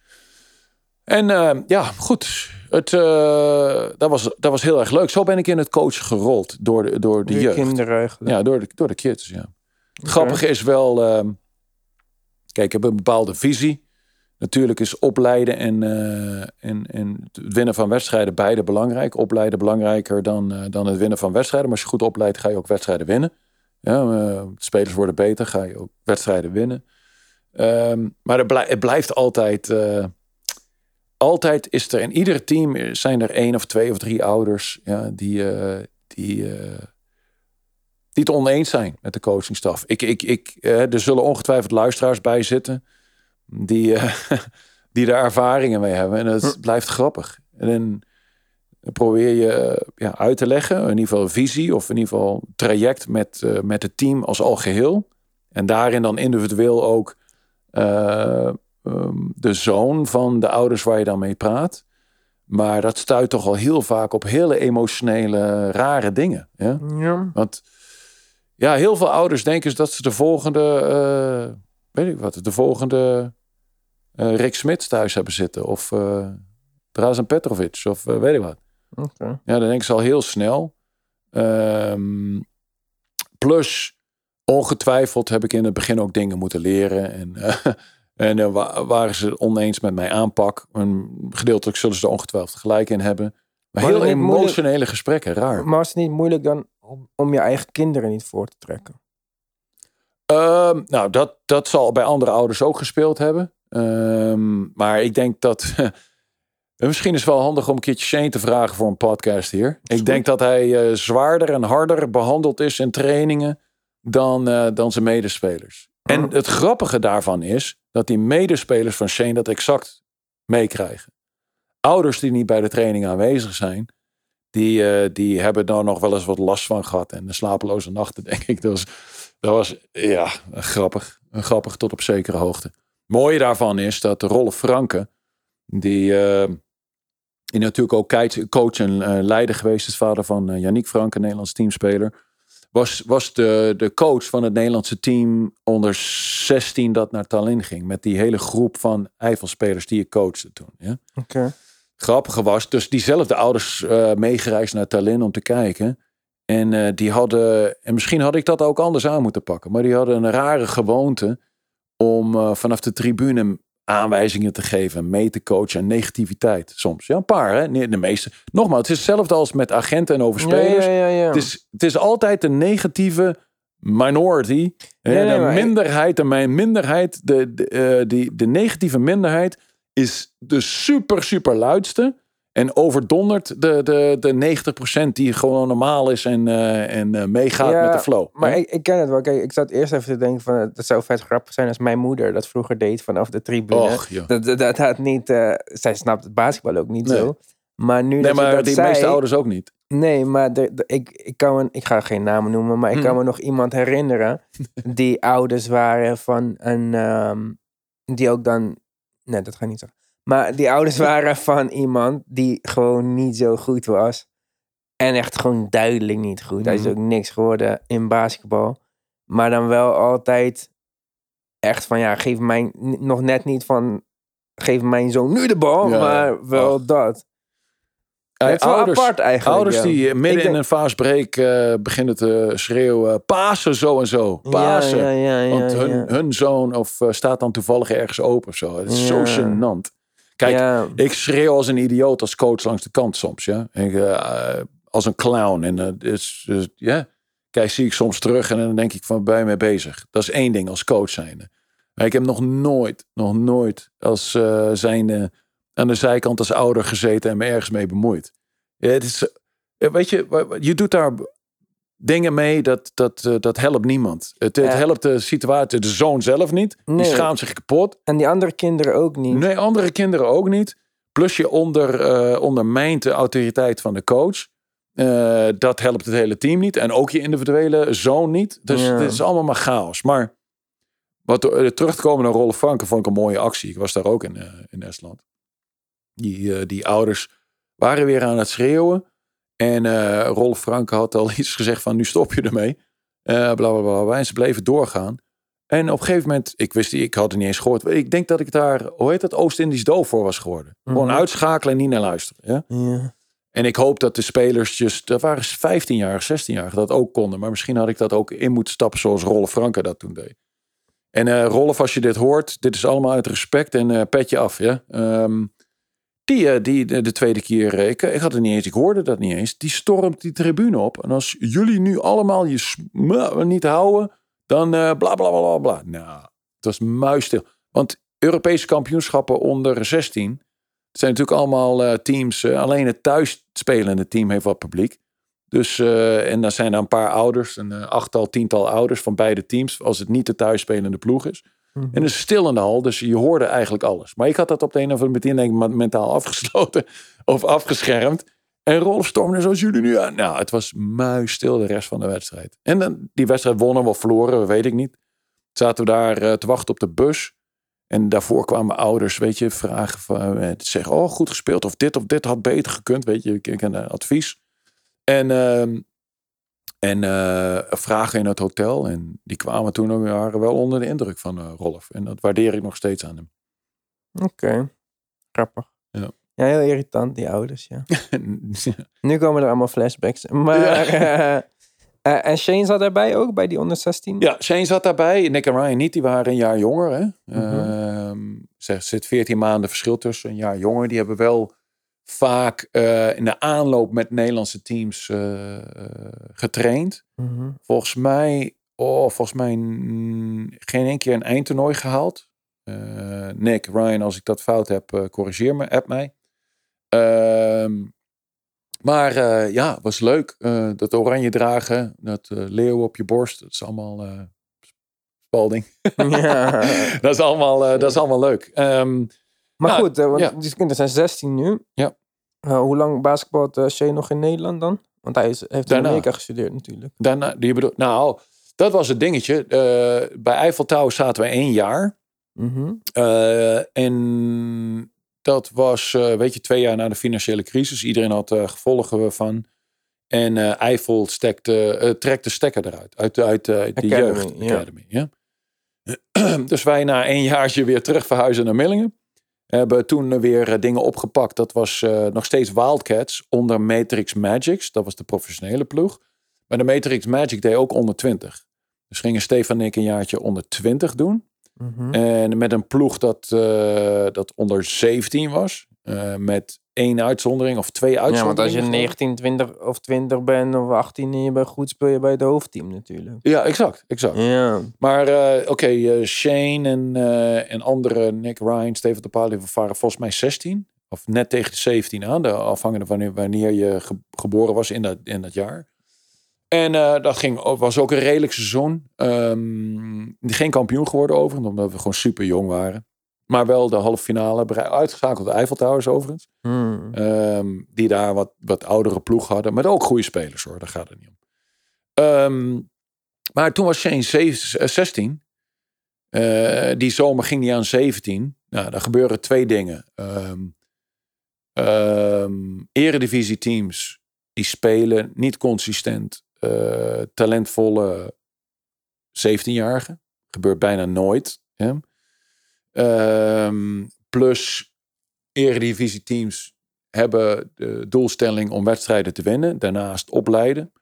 En uh, ja, goed. Het, uh, dat, was, dat was heel erg leuk. Zo ben ik in het coach gerold door de, door de, de jeugd. Kinderen eigenlijk. Ja, door de, door de kids, ja. Het okay. grappige is wel... Uh, kijk, ik heb een bepaalde visie. Natuurlijk is opleiden en, uh, en, en het winnen van wedstrijden beide belangrijk. Opleiden belangrijker dan, uh, dan het winnen van wedstrijden. Maar als je goed opleidt, ga je ook wedstrijden winnen. Ja, uh, spelers worden beter, ga je ook wedstrijden winnen. Um, maar het, blij, het blijft altijd... Uh, altijd is er in ieder team zijn er één of twee of drie ouders... Ja, die, uh, die, uh, die het oneens zijn met de coachingstaf. Ik, ik, ik, uh, er zullen ongetwijfeld luisteraars bij zitten... die, uh, die er ervaringen mee hebben. En het hm. blijft grappig. En dan... Dan probeer je uh, ja, uit te leggen, in ieder geval een visie of in ieder geval een traject met, uh, met het team als algeheel. En daarin dan individueel ook uh, um, de zoon van de ouders waar je dan mee praat. Maar dat stuit toch al heel vaak op hele emotionele, rare dingen. Ja? Ja. Want ja, heel veel ouders denken dat ze de volgende, uh, weet ik wat, de volgende uh, Rick Smits thuis hebben zitten. Of uh, Drazen Petrovic, of uh, weet ik wat. Okay. Ja, dan denken ze al heel snel. Um, plus, ongetwijfeld heb ik in het begin ook dingen moeten leren. En, uh, en uh, wa- waren ze oneens met mijn aanpak. En gedeeltelijk zullen ze er ongetwijfeld gelijk in hebben. Maar, maar heel emotionele moeilijk, gesprekken, raar. Maar is het niet moeilijk dan om, om je eigen kinderen niet voor te trekken? Um, nou, dat, dat zal bij andere ouders ook gespeeld hebben. Um, maar ik denk dat... Misschien is het wel handig om een keertje Shane te vragen voor een podcast hier. Ik goed. denk dat hij uh, zwaarder en harder behandeld is in trainingen dan, uh, dan zijn medespelers. Oh. En het grappige daarvan is dat die medespelers van Shane dat exact meekrijgen. Ouders die niet bij de training aanwezig zijn, die, uh, die hebben daar nog wel eens wat last van gehad. En de slapeloze nachten, denk ik. Dat was, dat was ja, grappig. Grappig tot op zekere hoogte. Het mooie daarvan is dat Rolf Franke, die... Uh, Die natuurlijk ook coach en uh, leider geweest is. Vader van uh, Yannick Franke, een Nederlands teamspeler. Was, was de, de coach van het Nederlandse team onder zestien dat naar Tallinn ging. Met die hele groep van Eifelspelers die ik coachte toen. Ja? Okay. Grappige was, dus diezelfde ouders uh, meegereisd naar Tallinn om te kijken. En uh, die hadden, en misschien had ik dat ook anders aan moeten pakken. Maar die hadden een rare gewoonte om uh, vanaf de tribune aanwijzingen te geven, mee te coachen en negativiteit soms. Ja, een paar, hè? Nee, de meeste. Nogmaals, het is hetzelfde als met agenten en over spelers. Ja, ja, ja, ja. Het, is, het is altijd de negatieve minority. Ja, nee, de nee, minderheid, de mijn minderheid, de, de, uh, die, de negatieve minderheid is de super, super luidste. En overdondert de, de, de negentig procent die gewoon normaal is en, uh, en uh, meegaat ja, met de flow. Maar hè? ik, ik ken het wel. Kijk, ik zat eerst even te denken van het zou vet grappig zijn als mijn moeder dat vroeger deed vanaf de tribune. Och, ja. dat, dat, dat had niet, uh, zij snapt het basketbal ook niet Nee. zo. Maar nu Nee, dat je maar dat die zei, meeste ouders ook niet. Nee, maar de, de, ik, ik, kan me, ik ga geen namen noemen, maar ik Hmm. kan me nog iemand herinneren die ouders waren van een, um, die ook dan, nee, dat ga ik niet zeggen. Maar die ouders waren van iemand die gewoon niet zo goed was. En echt gewoon duidelijk niet goed. Hij is ook niks geworden in basketbal. Maar dan wel altijd echt van, ja, geef mijn, nog net niet van, geef mijn zoon nu de bal, Ja, maar wel ach. dat. Uh, Het is wel ouders, apart eigenlijk. Ouders ja. die midden Ik denk- in een fast break uh, beginnen te schreeuwen. Pasen zo en zo. Pasen. Ja, ja, ja, ja, Want hun, ja. hun zoon of uh, staat dan toevallig ergens open of zo. Het is Ja. zo gênant. Kijk, Ja. ik schreeuw als een idioot als coach langs de kant soms. Ja? Ik, uh, als een clown. En uh, dus, dus, yeah. Kijk, zie ik soms terug en dan denk ik van, ben je mee bezig? Dat is één ding als coach zijnde. Maar ik heb nog nooit, nog nooit als uh, zijnde aan de zijkant als ouder gezeten en me ergens mee bemoeid. Ja, het is, weet je, je doet daar dingen mee, dat, dat, uh, dat helpt niemand. Het, het Ja. helpt de situatie, de zoon zelf niet. Nee. Die schaamt zich kapot. En die andere kinderen ook niet. Nee, andere kinderen ook niet. Plus je onder, uh, ondermijnt de autoriteit van de coach. Uh, dat helpt het hele team niet. En ook je individuele zoon niet. Dus Ja. het is allemaal maar chaos. Maar wat uh, terug te komen naar Rolf Franken vond ik een mooie actie. Ik was daar ook in, uh, in Estland. Die, uh, die ouders waren weer aan het schreeuwen. En uh, Rolf Franken had al iets gezegd van nu stop je ermee. Uh, bla, bla, bla, bla. En ze bleven doorgaan. En op een gegeven moment, ik wist ik had het niet eens gehoord. Ik denk dat ik daar, hoe heet dat, Oost-Indisch doof voor was geworden. Mm-hmm. Gewoon uitschakelen en niet naar luisteren. Ja? Ja. En ik hoop dat de spelers, just, dat waren vijftienjarigen, zestienjarigen, dat ook konden. Maar misschien had ik dat ook in moeten stappen zoals Rolf Franken dat toen deed. En uh, Rolf, als je dit hoort, dit is allemaal uit respect en uh, pet je af. Ja? Um, die, uh, die de, de tweede keer, uh, ik, ik had het niet eens, ik hoorde dat niet eens. Die stormt die tribune op. En als jullie nu allemaal je sm- niet houden, dan uh, bla bla bla bla. Nou, het was muisstil. Want Europese kampioenschappen onder zestien... Het zijn natuurlijk allemaal uh, teams. Uh, alleen het thuis spelende team heeft wat publiek. Dus, uh, en dan zijn er een paar ouders. Een uh, achttal, tiental ouders van beide teams. Als het niet de thuisspelende ploeg is. Mm-hmm. En het is stil in de hal. Dus je hoorde eigenlijk alles. Maar ik had dat op de een of andere manier denk ik, mentaal afgesloten. Of afgeschermd. En Rolf stormde zoals jullie nu aan. Nou, het was muisstil de rest van de wedstrijd. En dan, die wedstrijd wonnen of verloren, weet ik niet. Zaten we daar uh, te wachten op de bus. En daarvoor kwamen ouders, weet je, vragen van, uh, te zeggen, oh, goed gespeeld. Of dit of dit had beter gekund, weet je, ik ken uh, advies. En, uh, en uh, vragen in het hotel. En die kwamen toen ook waren wel onder de indruk van uh, Rolf. En dat waardeer ik nog steeds aan hem. Oké, okay. Grappig. Ja. Ja, heel irritant, die ouders, ja. Nu komen er allemaal flashbacks. Maar... Ja. Uh, Uh, en Shane zat daarbij ook, bij die onder zestien? Ja, Shane zat daarbij. Nick en Ryan niet, die waren een jaar jonger. Hè? Mm-hmm. Uh, er zit veertien maanden verschil tussen, een jaar jonger. Die hebben wel vaak uh, in de aanloop met Nederlandse teams uh, getraind. Mm-hmm. Volgens mij, oh, volgens mij mm, geen één keer een eindtoernooi gehaald. Uh, Nick, Ryan, als ik dat fout heb, uh, corrigeer me, app mij. Uh, Maar uh, ja, was leuk. Uh, dat oranje dragen, dat uh, leeuw op je borst, dat is allemaal uh, Spalding. Ja. dat, is allemaal, uh, dat is allemaal leuk. Um, maar nou, goed, uh, want ja. die kinderen zijn zestien nu. Ja. Uh, hoe lang basketbalt uh, Shane nog in Nederland dan? Want hij is, heeft in Amerika gestudeerd natuurlijk. Daarna, die bedoel, nou, dat was het dingetje. Uh, bij Eiffel Tower zaten we één jaar. Mm-hmm. Uh, en... Dat was, uh, weet je, twee jaar na de financiële crisis. Iedereen had uh, gevolgen van. En uh, Eiffel stekte, uh, trekt de stekker eruit. Uit, uit uh, de Academy, jeugd ja. Academy. Ja. Dus wij na een jaartje weer terug verhuizen naar Millingen. Hebben toen weer uh, dingen opgepakt. Dat was uh, nog steeds Wildcats onder Matrix Magics. Dat was de professionele ploeg. Maar de Matrix Magic deed ook onder twintig. Dus gingen Stefan en ik een jaartje onder twintig doen. Mm-hmm. En met een ploeg dat, uh, dat onder zeventien was. Uh, met één uitzondering of twee uitzonderingen. Ja, want als je negentien, twintig of twintig bent of achttien en je bent goed, speel je bij het hoofdteam natuurlijk. Ja, exact. exact. Ja. Maar uh, oké, okay, uh, Shane en, uh, en andere, Nick Ryan, Steven de Paal, waren volgens mij zestien. of net tegen de zeventien aan. De, afhangende van wanneer, wanneer je ge, geboren was in dat, in dat jaar. En uh, dat ging, was ook een redelijk seizoen. Um, geen kampioen geworden overigens, omdat we gewoon super jong waren. Maar wel de halve finale. Uitgeschakeld de Eiffel Towers overigens. Hmm. Um, die daar wat, wat oudere ploeg hadden. Maar ook goede spelers hoor, daar gaat het niet om. Um, maar toen was Shane zestien. Uh, die zomer ging hij aan zeventien. Nou, daar gebeuren twee dingen. Um, um, eredivisie teams die spelen niet consistent uh, talentvolle zeventienjarigen. Gebeurt bijna nooit. Hè? Um, plus eredivisie teams hebben de doelstelling om wedstrijden te winnen. Daarnaast opleiden.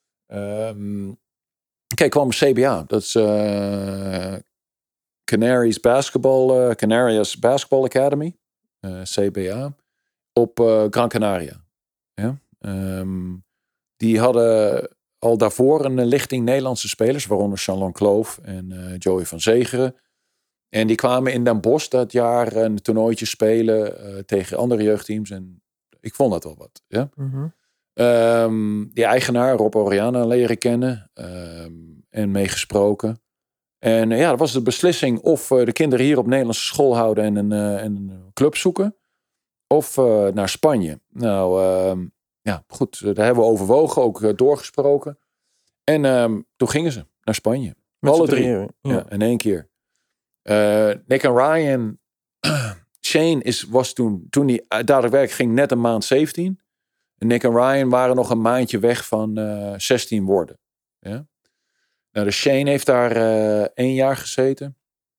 Um, kijk, kwam C B A. Dat is uh, Canaries Basketball, uh, Canarias Basketball Academy. Uh, C B A. Op uh, Gran Canaria. Ja? Um, die hadden al daarvoor een lichting Nederlandse spelers. Waaronder Charlon Kloof en uh, Joey van Zegeren. En die kwamen in Den Bosch dat jaar een toernooitje spelen uh, tegen andere jeugdteams. En ik vond dat wel wat. Ja? Mm-hmm. Um, die eigenaar, Rob Oriana, leren kennen. Um, en meegesproken. En uh, ja, dat was de beslissing of uh, de kinderen hier op Nederlandse school houden en een, uh, en een club zoeken. Of uh, naar Spanje. Nou, uh, ja, goed. Daar hebben we overwogen, ook uh, doorgesproken. En um, toen gingen ze naar Spanje. Met Alle drie. drieën, ja. Ja, in één keer. Uh, Nick en Ryan, Shane is, was toen, toen hij daadwerkelijk ging net een maand zeventien. En Nick en Ryan waren nog een maandje weg van uh, zestien worden. Ja? Nou, dus Shane heeft daar uh, één jaar gezeten.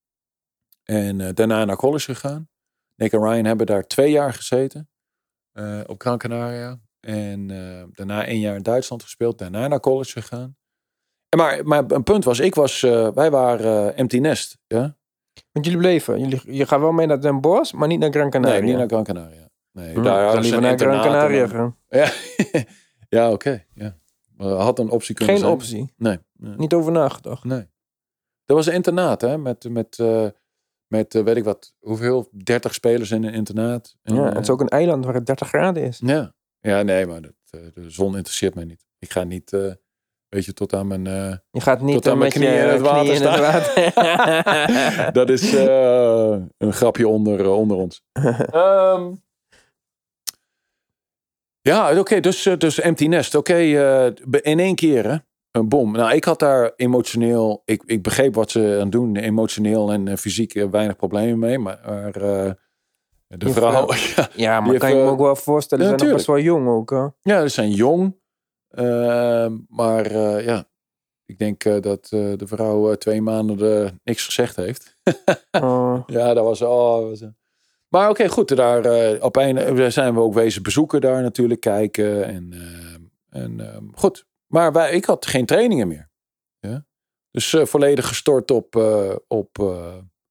En uh, daarna naar college gegaan. Nick en Ryan hebben daar twee jaar gezeten. Uh, op Gran Canaria. En uh, daarna één jaar in Duitsland gespeeld. Daarna naar college gegaan. En maar, maar een punt was, ik was, uh, wij waren uh, empty nest. Ja? Want jullie bleven. Jullie, je gaat wel mee naar Den Bosch, maar niet naar Gran Canaria. Nee, niet naar Gran Canaria. Nee, hm, daar zou liever naar Gran Canaria gaan. Ja, ja oké. Okay, ja. Had een optie kunnen Geen zijn. optie? Nee, nee. Niet over nagedacht? Nee. Er was een internaat, hè. Met, met, uh, met uh, weet ik wat, hoeveel? dertig spelers in een internaat. En, ja, uh, het is ook een eiland waar het dertig graden is. Ja, ja nee, maar dat, uh, de zon interesseert mij niet. Ik ga niet... Uh, Weet je, tot aan mijn... Uh, je gaat niet tot aan mijn knieën in het water knie staan. water. Dat is uh, een grapje onder, uh, onder ons. um, ja, oké, okay, dus, dus empty nest. Oké, okay, uh, in één keer, hè. Een bom. Nou, ik had daar emotioneel... Ik, ik begreep wat ze aan het doen. Emotioneel en uh, fysiek uh, weinig problemen mee. Maar uh, de vrouw... ja, ja, maar kan je me ook wel voorstellen. Ze ja, zijn nog best wel jong ook. Hè? Ja, ze zijn jong. Uh, maar uh, ja, ik denk uh, dat uh, de vrouw uh, twee maanden uh, niks gezegd heeft. oh. Ja, dat was al. Oh, maar oké, okay, goed. Daar uh, op een, zijn we ook wezen bezoeken daar natuurlijk, kijken. En, uh, en uh, goed. Maar wij, ik had geen trainingen meer. Ja? Dus uh, volledig gestort op, uh, op uh,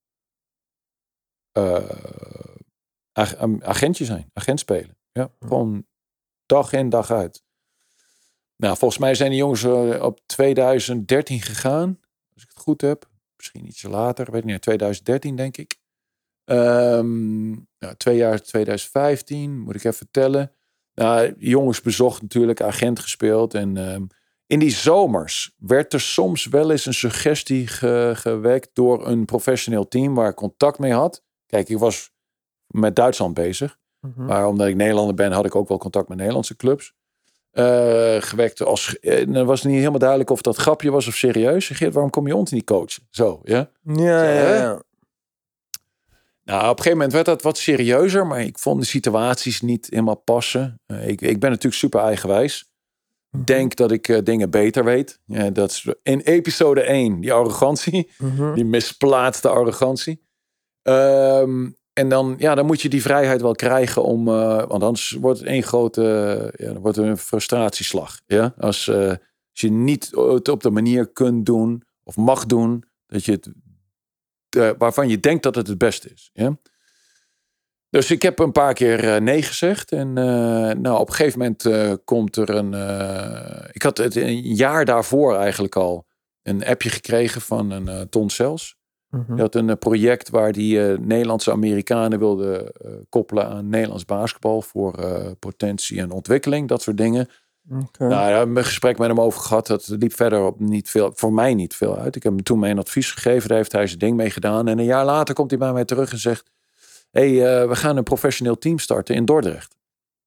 uh, ag- agentje zijn, agent spelen. Ja, gewoon dag in, dag uit. Nou, volgens mij zijn die jongens uh, op twintig dertien gegaan. Als ik het goed heb. Misschien ietsje later. Weet ik niet. twintig dertien denk ik. Um, nou, twee jaar twintig vijftien. Moet ik even tellen. Nou, jongens bezocht natuurlijk. Agent gespeeld. En um, in die zomers werd er soms wel eens een suggestie ge- gewekt door een professioneel team waar ik contact mee had. Kijk, ik was met Duitsland bezig. Mm-hmm. Maar omdat ik Nederlander ben, had ik ook wel contact met Nederlandse clubs. Uh, gewekt als... Uh, dan was het niet helemaal duidelijk of dat grapje was of serieus. Geert, waarom kom je ons niet coachen? Zo, ja? Ja, ja, ja. Nou, op een gegeven moment werd dat wat serieuzer. Maar ik vond de situaties niet helemaal passen. Uh, ik, ik ben natuurlijk super eigenwijs. Mm-hmm. Denk dat ik uh, dingen beter weet. Ja, dat is in episode één, die arrogantie. Mm-hmm. Die misplaatste arrogantie. Um, En dan, ja, dan moet je die vrijheid wel krijgen om... Uh, want anders wordt het één grote... Uh, ja, dan wordt het een frustratieslag. Ja? Als, uh, als je niet het op de manier kunt doen... of mag doen... dat je het, uh, waarvan je denkt dat het het beste is. Ja? Dus ik heb een paar keer uh, nee gezegd. En uh, nou, op een gegeven moment uh, komt er een... Uh, ik had het een jaar daarvoor eigenlijk al... een appje gekregen van een uh, Ton Cels... Die had een uh, project waar die uh, Nederlandse Amerikanen wilden uh, koppelen aan Nederlands basketbal voor uh, potentie en ontwikkeling, dat soort dingen. Okay. Nou, daar heb ik een gesprek met hem over gehad. Dat liep verder op niet veel, voor mij niet veel uit. Ik heb hem toen mijn advies gegeven. Daar heeft hij zijn ding mee gedaan. En een jaar later komt hij bij mij terug en zegt: hey, uh, we gaan een professioneel team starten in Dordrecht.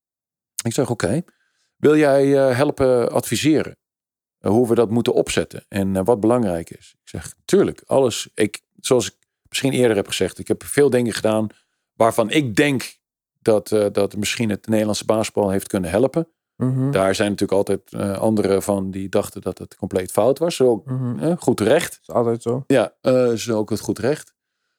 Ik zeg: oké, okay. Wil jij uh, helpen adviseren? Uh, hoe we dat moeten opzetten en uh, wat belangrijk is? Ik zeg: tuurlijk, alles. Ik, zoals ik misschien eerder heb gezegd, ik heb veel dingen gedaan waarvan ik denk dat, uh, dat misschien het Nederlandse basketbal heeft kunnen helpen. Mm-hmm. Daar zijn natuurlijk altijd uh, anderen van die dachten dat het compleet fout was. Zo, mm-hmm. uh, goed recht. Dat is altijd zo. Ja, uh, is ook het goed recht.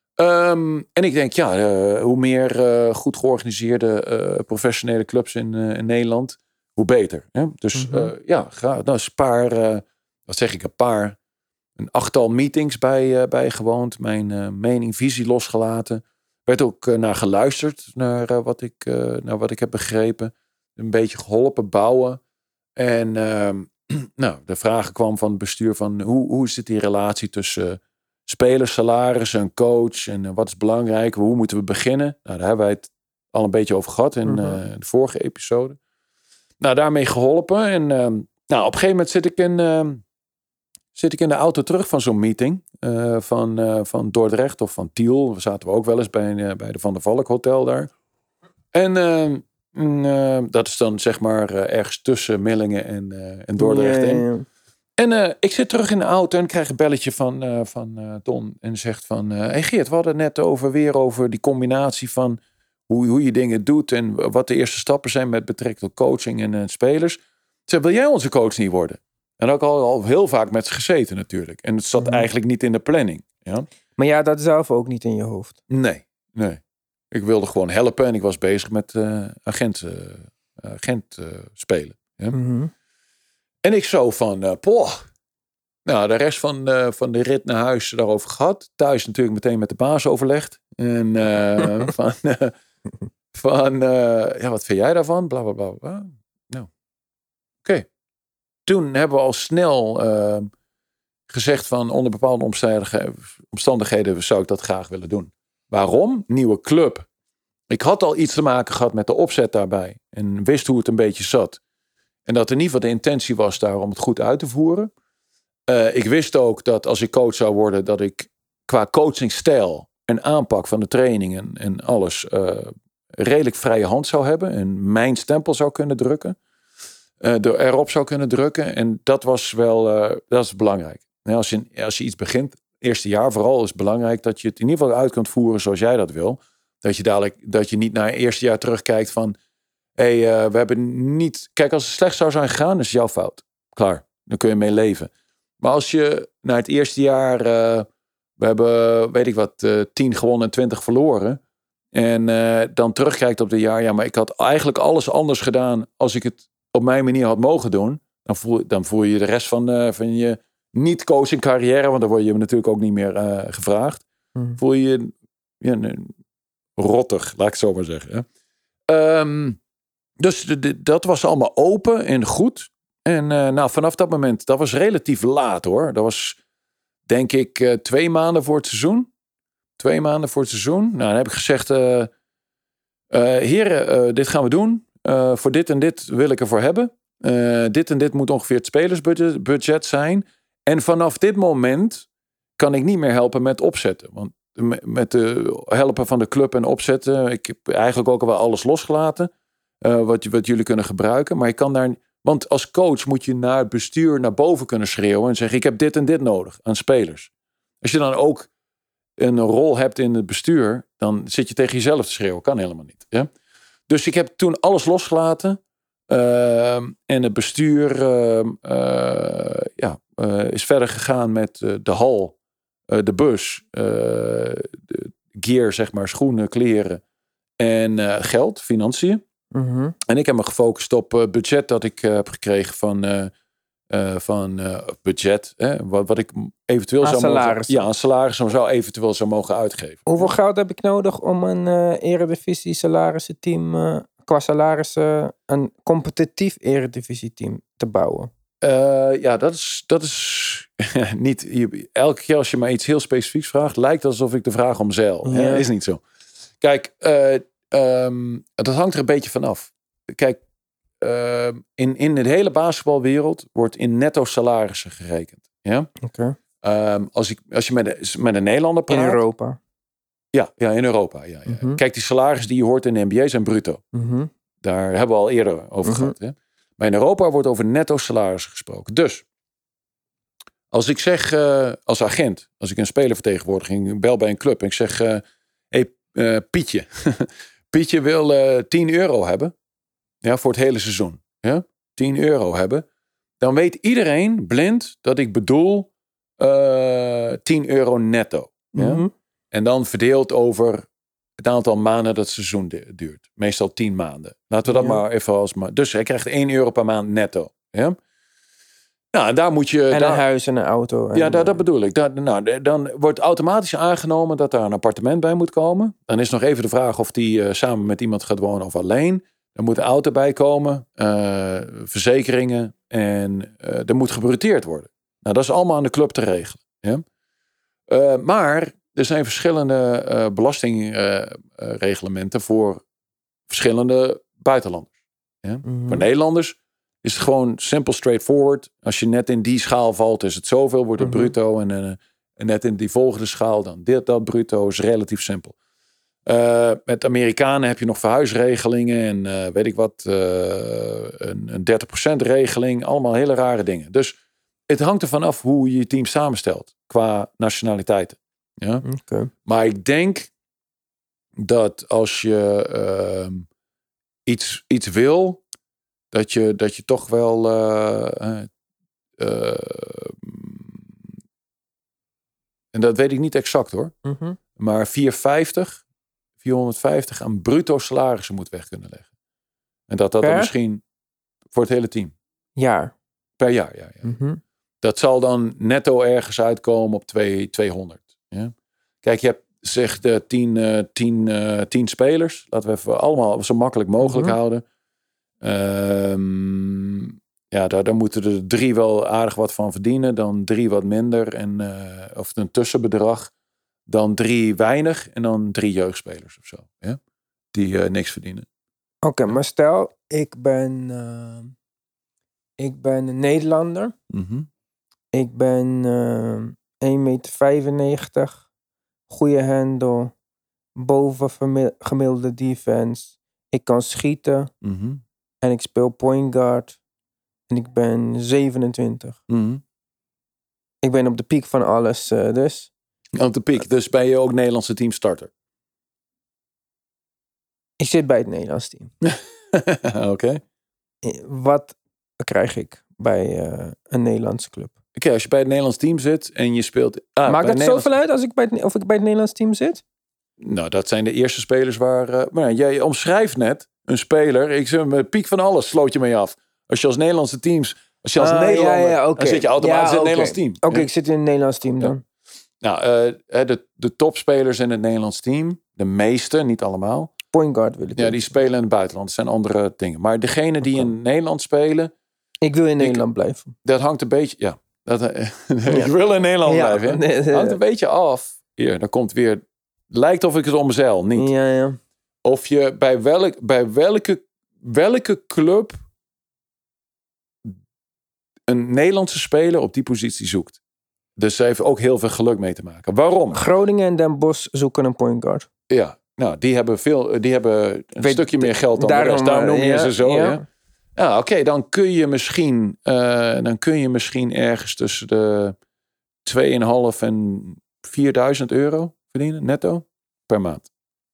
Um, en ik denk, ja, uh, hoe meer uh, goed georganiseerde uh, professionele clubs in, uh, in Nederland, hoe beter. Hè? Dus mm-hmm. uh, ja, ga, nou, is een paar, uh, wat zeg ik, een paar, een achttal meetings bij, uh, bij gewoond. Mijn uh, mening, visie losgelaten. Werd ook uh, naar geluisterd, naar, uh, wat ik, uh, naar wat ik heb begrepen. Een beetje geholpen, bouwen. En uh, nou, de vraag kwam van het bestuur van hoe, hoe zit die relatie tussen uh, spelers, salaris en coach en uh, wat is belangrijk, hoe moeten we beginnen? Nou, daar hebben wij het al een beetje over gehad in uh, de vorige episode. Nou, daarmee geholpen. En uh, nou, op een gegeven moment zit ik in, uh, zit ik in de auto terug van zo'n meeting uh, van, uh, van Dordrecht of van Tiel. We zaten we ook wel eens bij, uh, bij de Van der Valk Hotel daar. En uh, Uh, dat is dan zeg maar uh, ergens tussen Millingen en, uh, en Dordrecht in. Ja, ja, ja. En uh, ik zit terug in de auto en krijg een belletje van, uh, van uh, Don. En zegt van, uh, hey Geert, we hadden het net over, weer over die combinatie van hoe, hoe je dingen doet. En wat de eerste stappen zijn met betrekking tot coaching en uh, spelers. Ik zeg, wil jij onze coach niet worden? En dat had ik al, al heel vaak met ze gezeten natuurlijk. En het zat mm-hmm. eigenlijk niet in de planning. Ja? Maar ja, dat zelf ook niet in je hoofd. Nee, nee. Ik wilde gewoon helpen en ik was bezig met uh, agent, uh, agent uh, spelen. Ja? Mm-hmm. En ik zo van, uh, poh. Nou, de rest van, uh, van de rit naar huis daarover gehad. Thuis natuurlijk meteen met de baas overlegd. En uh, van, uh, van uh, ja, wat vind jij daarvan? Bla, bla, bla. bla. Nou, oké. Okay. Toen hebben we al snel uh, gezegd van onder bepaalde omstandigheden, omstandigheden zou ik dat graag willen doen. Waarom? Nieuwe club. Ik had al iets te maken gehad met de opzet daarbij. En wist hoe het een beetje zat. En dat in ieder geval de intentie was daar om het goed uit te voeren. Uh, ik wist ook dat als ik coach zou worden, dat ik qua coachingstijl en aanpak van de trainingen en alles uh, redelijk vrije hand zou hebben. En mijn stempel zou kunnen drukken. Uh, er, erop zou kunnen drukken. En dat was wel uh, dat is belangrijk. En als, je, als je iets begint, eerste jaar vooral, is het belangrijk dat je het in ieder geval uit kunt voeren zoals jij dat wil. Dat je dadelijk, dat je niet naar het eerste jaar terugkijkt van, hé, hey, uh, we hebben niet, kijk, als het slecht zou zijn gegaan, is het jouw fout. Klaar, dan kun je mee leven. Maar als je na het eerste jaar, uh, we hebben, weet ik wat, uh, tien gewonnen en twintig verloren. En uh, dan terugkijkt op de jaar, ja, maar ik had eigenlijk alles anders gedaan als ik het op mijn manier had mogen doen. Dan voel, dan voel je de rest van, uh, van je niet-coaching carrière, want dan word je natuurlijk ook niet meer uh, gevraagd. Hmm. Voel je je ja, nee, rottig, laat ik het zo maar zeggen. Hè. Um, dus de, de, dat was allemaal open en goed. En uh, nou, vanaf dat moment, dat was relatief laat hoor. Dat was denk ik uh, twee maanden voor het seizoen. Twee maanden voor het seizoen. Nou, dan heb ik gezegd, uh, uh, heren, uh, dit gaan we doen. Uh, voor dit en dit wil ik ervoor hebben. Uh, dit en dit moet ongeveer het spelersbudget budget zijn. En vanaf dit moment kan ik niet meer helpen met opzetten. Want met de helpen van de club en opzetten, ik heb eigenlijk ook al wel alles losgelaten. Uh, wat, wat jullie kunnen gebruiken. Maar ik kan daar, want als coach moet je naar het bestuur naar boven kunnen schreeuwen en zeggen, ik heb dit en dit nodig aan spelers. Als je dan ook een rol hebt in het bestuur, dan zit je tegen jezelf te schreeuwen. Kan helemaal niet. Ja? Dus ik heb toen alles losgelaten. Uh, en het bestuur uh, uh, ja, uh, is verder gegaan met uh, de hal, uh, de bus, uh, de gear, zeg maar, schoenen, kleren en uh, geld, financiën. Mm-hmm. En ik heb me gefocust op uh, budget dat ik uh, heb gekregen van, uh, uh, van uh, budget. Hè, wat, wat ik eventueel aan zou salaris. mogen, ja, aan salaris zou eventueel zou mogen uitgeven. Hoeveel geld heb ik nodig om een uh, eredivisie salarissen team, uh, qua salarissen, een competitief eredivisie team te bouwen? Uh, ja, dat is, dat is niet... Je, elke keer als je mij iets heel specifieks vraagt, lijkt het alsof ik de vraag omzeil. Ja. Is niet zo. Kijk, uh, um, dat hangt er een beetje vanaf. Kijk, uh, in, in de hele basketbalwereld wordt in netto salarissen gerekend. Ja? Oké. Okay. Um, als, ik, als je met, de, met een Nederlander praat... In Europa. Ja, ja in Europa. Ja, ja. Mm-hmm. Kijk, die salarissen die je hoort in de N B A zijn bruto. Mm-hmm. Daar hebben we al eerder over mm-hmm. gehad. Hè? Maar in Europa wordt over netto salarissen gesproken. Dus, als ik zeg uh, als agent, als ik een speler vertegenwoordiging bel bij een club en ik zeg, hé uh, hey, uh, Pietje, Pietje wil uh, tien euro hebben, ja, voor het hele seizoen, ja, tien euro hebben, dan weet iedereen blind dat ik bedoel uh, tien euro netto. Ja? Mm-hmm. En dan verdeeld over het aantal maanden dat het seizoen duurt. Meestal tien maanden. Laten we dat ja. maar even als... Maar. Dus hij krijgt één euro per maand netto. Ja? Nou, en daar moet je... En daar, een huis en een auto. En ja, daar, dat bedoel ik. Daar, nou, dan wordt automatisch aangenomen dat daar een appartement bij moet komen. Dan is nog even de vraag of die uh, samen met iemand gaat wonen of alleen. Er moet een auto bij komen. Uh, verzekeringen. En uh, er moet gebruteerd worden. Nou, dat is allemaal aan de club te regelen. Ja? Uh, maar... Er zijn verschillende uh, belastingreglementen uh, voor verschillende buitenlanders. Ja? Mm-hmm. Voor Nederlanders is het gewoon simpel straightforward. Als je net in die schaal valt, is het zoveel, wordt het mm-hmm. bruto. En, uh, en net in die volgende schaal, dan dit, dat bruto, is relatief simpel. Uh, met Amerikanen heb je nog verhuisregelingen en uh, weet ik wat, uh, een, een dertig procent regeling. Allemaal hele rare dingen. Dus het hangt ervan af hoe je je team samenstelt qua nationaliteiten. Ja? Okay. Maar ik denk dat als je uh, iets, iets wil, dat je, dat je toch wel uh, uh, uh, en dat weet ik niet exact hoor, mm-hmm. maar vierhonderdvijftig, vierhonderdvijftig aan bruto salarissen moet weg kunnen leggen. En dat dat per? Dan misschien voor het hele team. Jaar. Per jaar, ja. ja. Mm-hmm. Dat zal dan netto ergens uitkomen op tweehonderd. Ja. Kijk, je hebt zeg de tien, uh, tien, uh, tien spelers. Laten we even allemaal zo makkelijk mogelijk mm-hmm. houden. Um, ja, daar, daar moeten er drie wel aardig wat van verdienen. Dan drie wat minder. En, uh, of een tussenbedrag. Dan drie weinig. En dan drie jeugdspelers of zo. Ja? Die uh, niks verdienen. Oké, okay, maar stel, ik ben, uh, ik ben een Nederlander. Mm-hmm. Ik ben uh, één meter vijfennegentig. Goede handle. Boven gemiddelde defense. Ik kan schieten. Mm-hmm. En ik speel point guard. En ik ben zevenentwintig. Mm-hmm. Ik ben op de piek van alles uh, dus. Op de piek. Dus ben je ook Nederlandse teamstarter? Ik zit bij het Nederlands team. Oké. Okay. Wat krijg ik bij uh, een Nederlandse club? Oké, okay, als je bij het Nederlands team zit en je speelt... Ah, Maakt het Nederlands... zoveel uit als ik bij het, of ik bij het Nederlands team zit? Nou, dat zijn de eerste spelers waar... Uh, maar jij omschrijft net een speler. Ik zeg, met piek van alles sloot je mee af. Als je als Nederlandse teams... Als je als uh, Nederlander... Ja, ja, okay. Dan zit je automatisch ja, okay. in het Nederlands team. Oké, okay, ja? Ik zit in het Nederlands team dan. Ja. Nou, uh, de, de topspelers in het Nederlands team... De meeste, niet allemaal... Point guard wil ik. Ja, die spelen in het buitenland. Dat zijn andere dingen. Maar degene die okay. in Nederland spelen... Ik wil in Nederland ik, blijven. Dat hangt een beetje... Ja, dat, ja. Ik wil in Nederland ja, blijven. Nee, nee, hangt een beetje af. Hier, dan komt weer... Lijkt of ik het omzeil, niet. Ja, ja. Of je bij, welk, bij welke, welke club... een Nederlandse speler op die positie zoekt. Dus ze heeft ook heel veel geluk mee te maken. Waarom? Groningen en Den Bosch zoeken een point guard. Ja, nou, die hebben, veel, die hebben een Weet, stukje meer geld dan daarom, de rest. Daarom noem je ja, ze zo. Ja, ja. ja oké, okay, dan kun je misschien uh, dan kun je misschien ergens tussen de twee komma vijf en vierduizend euro verdienen, netto, per maand.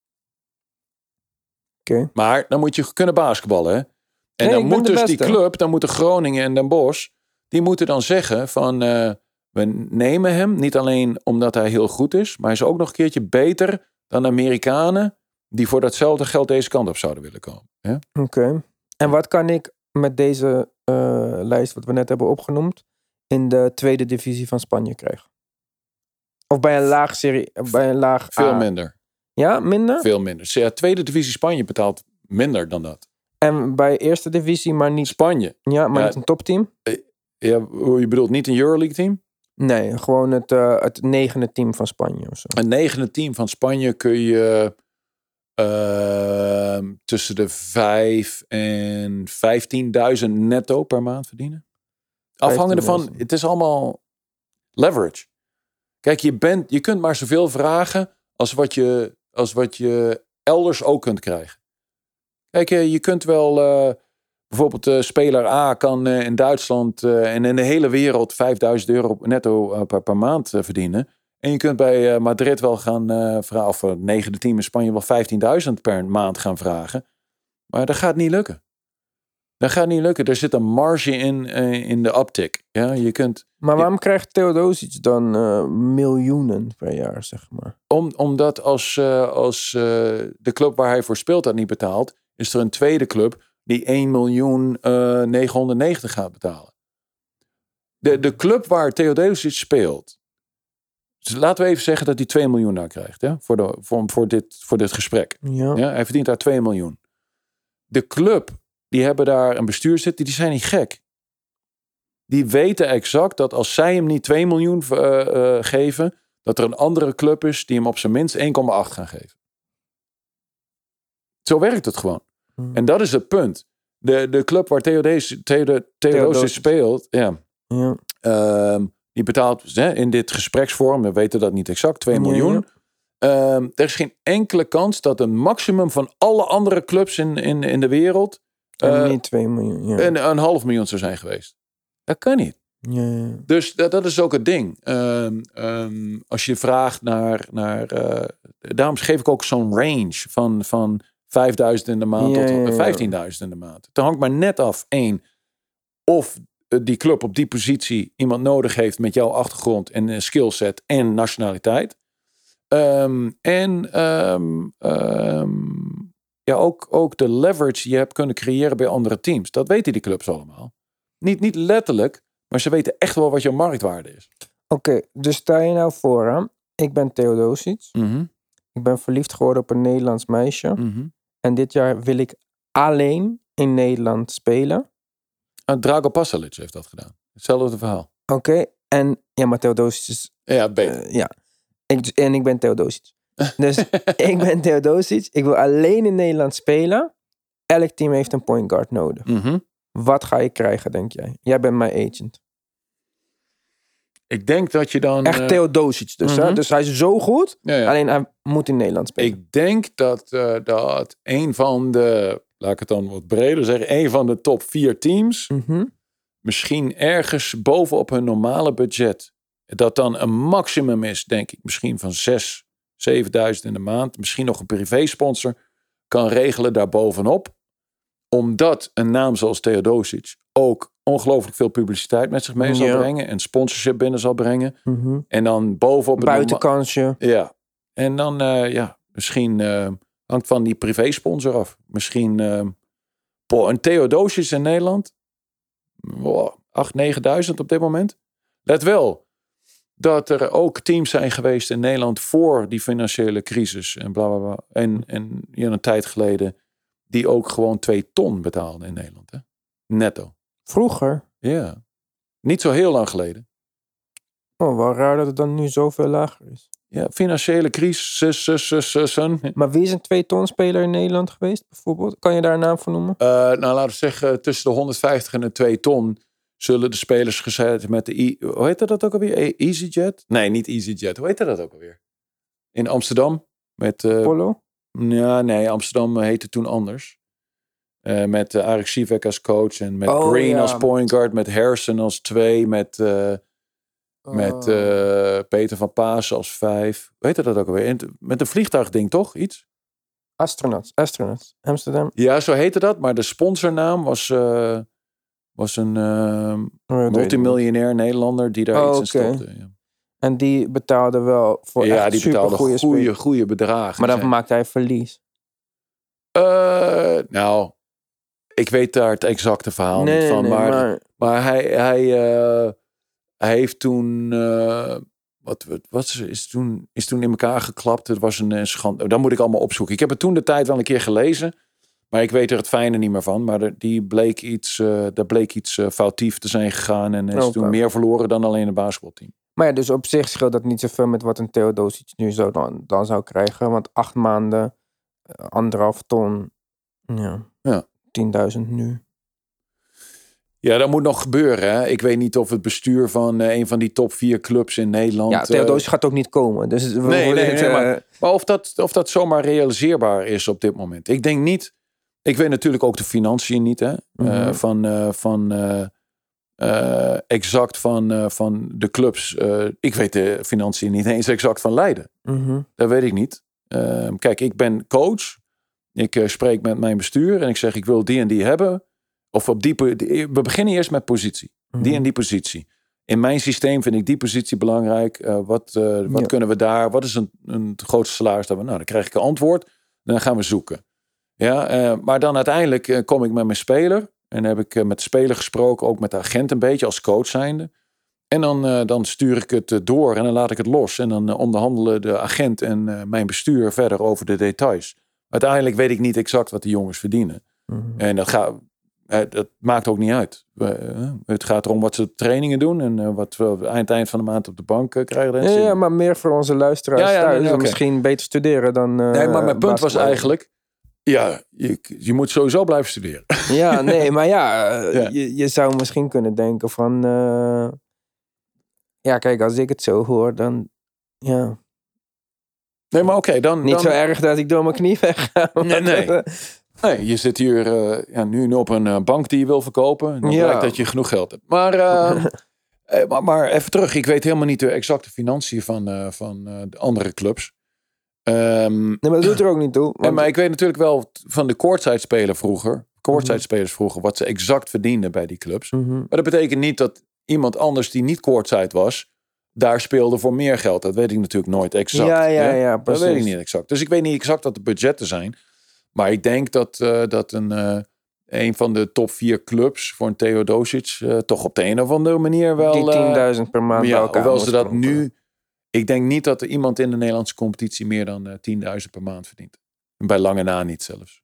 Oké. Okay. Maar dan moet je kunnen basketballen, hè? En nee, dan moet dus die club, dan moeten Groningen en Den Bosch, die moeten dan zeggen van... Uh, we nemen hem niet alleen omdat hij heel goed is, maar hij is ook nog een keertje beter dan Amerikanen die voor datzelfde geld deze kant op zouden willen komen. Ja? Oké. Okay. En wat kan ik met deze uh, lijst, wat we net hebben opgenoemd, in de tweede divisie van Spanje krijgen? Of bij een laag serie, bij een laag Veel A. minder. Ja, minder? Veel minder. Ja, tweede divisie Spanje betaalt minder dan dat. En bij eerste divisie, maar niet... Spanje. Ja, maar ja, niet een topteam? Ja, je bedoelt niet een Euroleague team? Nee, gewoon het, uh, het negende team van Spanje of zo. Een negende team van Spanje kun je uh, tussen de vijf en vijftienduizend netto per maand verdienen. Afhangende van, het is allemaal leverage. Kijk, je, bent, je kunt maar zoveel vragen als wat je, als wat je elders ook kunt krijgen. Kijk, je kunt wel... Uh, bijvoorbeeld uh, speler A kan uh, in Duitsland uh, en in de hele wereld vijfduizend euro netto uh, per, per maand uh, verdienen. En je kunt bij uh, Madrid wel gaan uh, vragen, of het negende team in Spanje wel vijftienduizend per maand gaan vragen. Maar dat gaat niet lukken. Dat gaat niet lukken. Er zit een marge in, uh, in de uptick. Ja, je kunt, maar waarom je, krijgt Theodosic dan uh, miljoenen per jaar, zeg maar? Om, omdat als, uh, als uh, de club waar hij voor speelt dat niet betaalt, is er een tweede club die één miljoen negenhonderdnegentig gaat betalen. De, de club waar Theodosic speelt. Dus laten we even zeggen dat hij twee miljoen daar krijgt. Hè, voor, de, voor, voor, dit, voor dit gesprek. Ja. Ja, hij verdient daar twee miljoen. De club, die hebben daar een bestuur zitten, die zijn niet gek. Die weten exact dat als zij hem niet twee miljoen uh, uh, geven, dat er een andere club is die hem op zijn minst één komma acht gaan geven. Zo werkt het gewoon. Hmm. En dat is het punt. De, de club waar Theodosic Theodosic Theodosic speelt, ja, ja. Uh, die betaalt hè, in dit gespreksvorm, we weten dat niet exact, twee miljoen. Ja, ja. Uh, er is geen enkele kans dat een maximum van alle andere clubs in, in, in de wereld uh, niet twee miljoen, ja. een, een half miljoen zou zijn geweest. Dat kan niet. Ja, ja. Dus dat, dat is ook het ding. Um, um, als je vraagt naar, naar uh, daarom geef ik ook zo'n range van, van vijfduizend in de maand ja, tot ja, ja. vijftienduizend in de maand. Het hangt maar net af, één, of die club op die positie iemand nodig heeft met jouw achtergrond en uh, skillset en nationaliteit. Um, en um, um, ja, ook, ook de leverage die je hebt kunnen creëren bij andere teams. Dat weten die clubs allemaal. Niet, niet letterlijk, maar ze weten echt wel wat jouw marktwaarde is. Oké, okay, dus sta je nou voor, hè? Ik ben Theodosic. Mm-hmm. Ik ben verliefd geworden op een Nederlands meisje. Mm-hmm. En dit jaar wil ik alleen in Nederland spelen. Uh, Drago Pasalic heeft dat gedaan. Hetzelfde verhaal. Oké, okay, en ja, maar Theodosic is... Ja, beter. Uh, ja, ik, en ik ben Theodosic. Dus ik ben Theodosic. Ik wil alleen in Nederland spelen. Elk team heeft een point guard nodig. Mm-hmm. Wat ga je krijgen, denk jij? Jij bent mijn agent. Ik denk dat je dan... Echt Theodosic dus. Mm-hmm. Hè? Dus hij is zo goed. Ja, ja. Alleen hij moet in Nederland spelen. Ik denk dat, uh, dat een van de... Laat ik het dan wat breder zeggen. Een van de top vier teams... Mm-hmm. Misschien ergens bovenop hun normale budget. Dat dan een maximum is, denk ik. Misschien van zes, zevenduizend in de maand. Misschien nog een privé-sponsor kan regelen daarbovenop. Omdat een naam zoals Theodosic ook ongelooflijk veel publiciteit met zich mee zal ja. brengen. En sponsorship binnen zal brengen. Mm-hmm. En dan bovenop... een buitenkansje. Norma- ja. En dan, uh, ja, misschien uh, hangt van die privé-sponsor af. Misschien uh, boah, een Theodosic in Nederland... Wow, acht, negenduizend op dit moment. Let wel dat er ook teams zijn geweest in Nederland voor die financiële crisis en bla bla bla. En, en ja, een tijd geleden die ook gewoon twee ton betaalden in Nederland. Hè? Netto. Vroeger? Ja. Niet zo heel lang geleden. Oh, wel raar dat het dan nu zoveel lager is. Ja, financiële crisis. Maar wie is een twee ton speler in Nederland geweest bijvoorbeeld? Kan je daar een naam voor noemen? Uh, nou, laten we zeggen, tussen de honderdvijftig en de twee ton zullen de spelers gezet met de... E- hoe heette dat ook alweer? EasyJet? Nee, niet EasyJet. Hoe heette dat ook alweer? In Amsterdam? Met... Uh, Polo? Ja, nee, Amsterdam heette toen anders. Uh, met uh, Arik Sivek als coach en met oh, Green ja. als point guard, met Harrison als twee, met... Uh, Met uh, Peter van Pasen als vijf. Weet je dat ook alweer? Met een vliegtuigding, toch? Iets? Astronauts. Astronauts. Amsterdam. Ja, zo heette dat. Maar de sponsornaam was, uh, was een uh, oh, multimiljonair Nederlander die daar oh, iets in okay. stopte. Ja. En die betaalde wel voor ja, echt die super betaalde goede, goede, goede bedragen. Maar dan zijn. maakte hij verlies. Uh, nou, ik weet daar het exacte verhaal nee, niet van. Nee, maar, maar... maar hij... hij uh, Hij heeft toen, uh, wat, wat, wat is, toen, is toen in elkaar geklapt. Het was een, een schande. Dat moet ik allemaal opzoeken. Ik heb het toen de tijd wel een keer gelezen. Maar ik weet er het fijne niet meer van. Maar er, die bleek iets, uh, daar bleek iets uh, foutief te zijn gegaan. En is okay. toen meer verloren dan alleen een basketbalteam. Maar ja, dus op zich scheelt dat niet zoveel met wat een Theodosic nu zo dan, dan zou krijgen. Want acht maanden, uh, anderhalf ton, ja, ja. tienduizend nu. Ja, dat moet nog gebeuren. Hè? Ik weet niet of het bestuur van uh, een van die top vier clubs in Nederland... Ja, Theodosic uh, gaat ook niet komen. Dus we nee, nee, het, nee, uh, maar, maar of dat, of dat zomaar realiseerbaar is op dit moment. Ik denk niet... Ik weet natuurlijk ook de financiën niet, hè. Mm-hmm. Uh, van uh, van uh, uh, exact van, uh, van de clubs. Uh, ik weet de financiën niet eens exact van Leiden. Mm-hmm. Dat weet ik niet. Uh, kijk, ik ben coach. Ik uh, spreek met mijn bestuur en ik zeg ik wil die en die hebben... Of op die, we beginnen eerst met positie. Mm-hmm. Die en die positie. In mijn systeem vind ik die positie belangrijk. Uh, wat uh, wat ja. kunnen we daar? Wat is een, een grootste salaris? Dat we, nou, dan krijg ik een antwoord. Dan gaan we zoeken. Ja, uh, maar dan uiteindelijk uh, kom ik met mijn speler. En heb ik uh, met de speler gesproken. Ook met de agent een beetje als coach zijnde. En dan, uh, dan stuur ik het uh, door. En dan laat ik het los. En dan uh, onderhandelen de agent en uh, mijn bestuur verder over de details. Uiteindelijk weet ik niet exact wat de jongens verdienen. Mm-hmm. En dat gaat... Uh, dat maakt ook niet uit. Uh, het gaat erom wat ze trainingen doen en uh, wat we eind, eind van de maand op de bank uh, krijgen. Ja, ja, maar meer voor onze luisteraars ja, ja, thuis. Nee, okay. Misschien beter studeren dan. Uh, nee, maar mijn punt was eigenlijk. Ja, je, je moet sowieso blijven studeren. Ja, nee, maar ja, uh, ja. Je, je zou misschien kunnen denken van. Uh, ja, kijk, als ik het zo hoor, dan. Ja. Nee, maar oké, okay, dan. Niet dan... zo erg dat ik door mijn knie wegga. Nee, nee. Nee, je zit hier uh, ja, nu op een uh, bank die je wil verkopen. En dan ja. blijkt dat je genoeg geld hebt. Maar, uh, eh, maar, maar even terug. Ik weet helemaal niet de exacte financiën van, uh, van uh, de andere clubs. Um, nee, maar dat doet er ook niet toe. Want... En, maar ik weet natuurlijk wel van de courtside speler vroeger. Courtside spelers vroeger. Wat ze exact verdienden bij die clubs. Mm-hmm. Maar dat betekent niet dat iemand anders die niet courtside was... daar speelde voor meer geld. Dat weet ik natuurlijk nooit exact. Ja, ja, ja, dat weet ik niet exact. Dus ik weet niet exact wat de budgetten zijn... Maar ik denk dat, uh, dat een, uh, een van de top vier clubs voor een Theodosic uh, toch op de een of andere manier wel... Die tienduizend per maand ja, bij elkaar. Hoewel ze dat nu... Ik denk niet dat er iemand in de Nederlandse competitie meer dan uh, tienduizend per maand verdient. Bij lange na niet zelfs.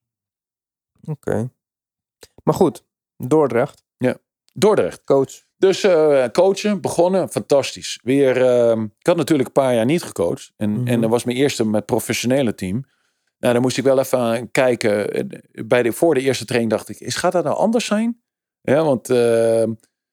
Oké. Okay. Maar goed, Dordrecht. Ja, Dordrecht. Coach. Dus uh, coachen, begonnen, fantastisch. Weer, uh, ik had natuurlijk een paar jaar niet gecoacht. En, mm-hmm. en dat was mijn eerste met professionele team. Nou, dan moest ik wel even aan kijken. Bij de, voor de eerste training dacht ik, is, gaat dat nou anders zijn? Ja, want uh,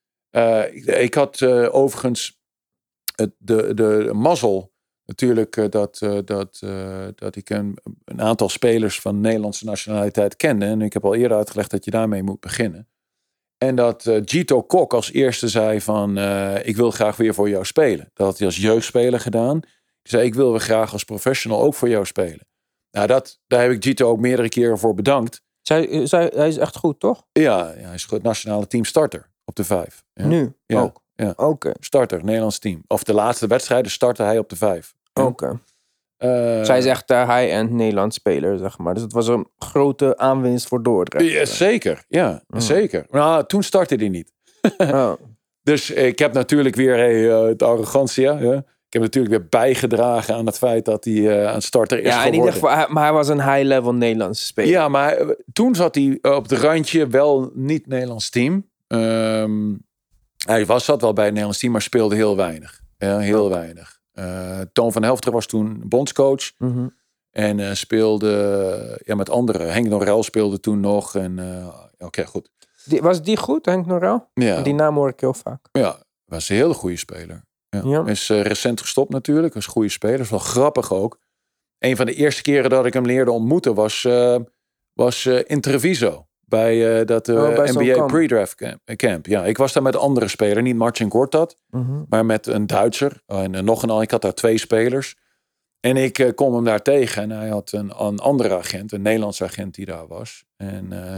uh, ik, ik had uh, overigens het, de, de mazzel natuurlijk uh, dat, uh, dat, uh, dat ik een, een aantal spelers van Nederlandse nationaliteit kende. En ik heb al eerder uitgelegd dat je daarmee moet beginnen. En dat uh, Gito Kok als eerste zei van, uh, ik wil graag weer voor jou spelen. Dat had hij als jeugdspeler gedaan. Hij zei, ik wil weer graag als professional ook voor jou spelen. Nou, dat, daar heb ik Gito ook meerdere keren voor bedankt. Zij, zij, hij is echt goed, toch? Ja, ja hij is goed. Nationale team starter op de vijf. Ja. Nu ja, ook? Ja. Oké. Okay. Starter, Nederlands team. Of de laatste wedstrijden startte hij op de vijf. Ja. Oké. Okay. Uh, zij is echt uh, high-end Nederlands speler, zeg maar. Dus het was een grote aanwinst voor Dordrecht. Ja, zeker, ja, mm. zeker. Nou, toen startte hij niet. oh. Dus ik heb natuurlijk weer hey, uh, de arrogantie, ja. Ik heb natuurlijk weer bijgedragen aan het feit dat hij uh, een starter is ja, geworden. Ja, in ieder geval, maar hij was een high-level Nederlandse speler. Ja, maar uh, toen zat hij op het randje wel niet Nederlands team. Um, hij was, zat wel bij het Nederlands team, maar speelde heel weinig. Ja, heel oh. weinig. Uh, Toon van Helfteren was toen bondscoach. Mm-hmm. En uh, speelde ja, met anderen. Henk Norel speelde toen nog. En uh, Oké, okay, goed. Die, was die goed, Henk Norel? Ja. Die naam hoor ik heel vaak. Ja, was een hele goede speler. Ja. Ja. Is uh, recent gestopt natuurlijk. Is een goede speler. Is wel grappig ook. Een van de eerste keren dat ik hem leerde ontmoeten was, uh, was uh, in Treviso. Bij uh, dat uh, oh, bij N B A pre-draft camp, camp. Ja, ik was daar met andere spelers. Niet Marcin Gortat. Mm-hmm. Maar met een Duitser. En uh, nog een. Ik had daar twee spelers. En ik uh, kom hem daar tegen. En hij had een, een andere agent. Een Nederlandse agent die daar was. En uh,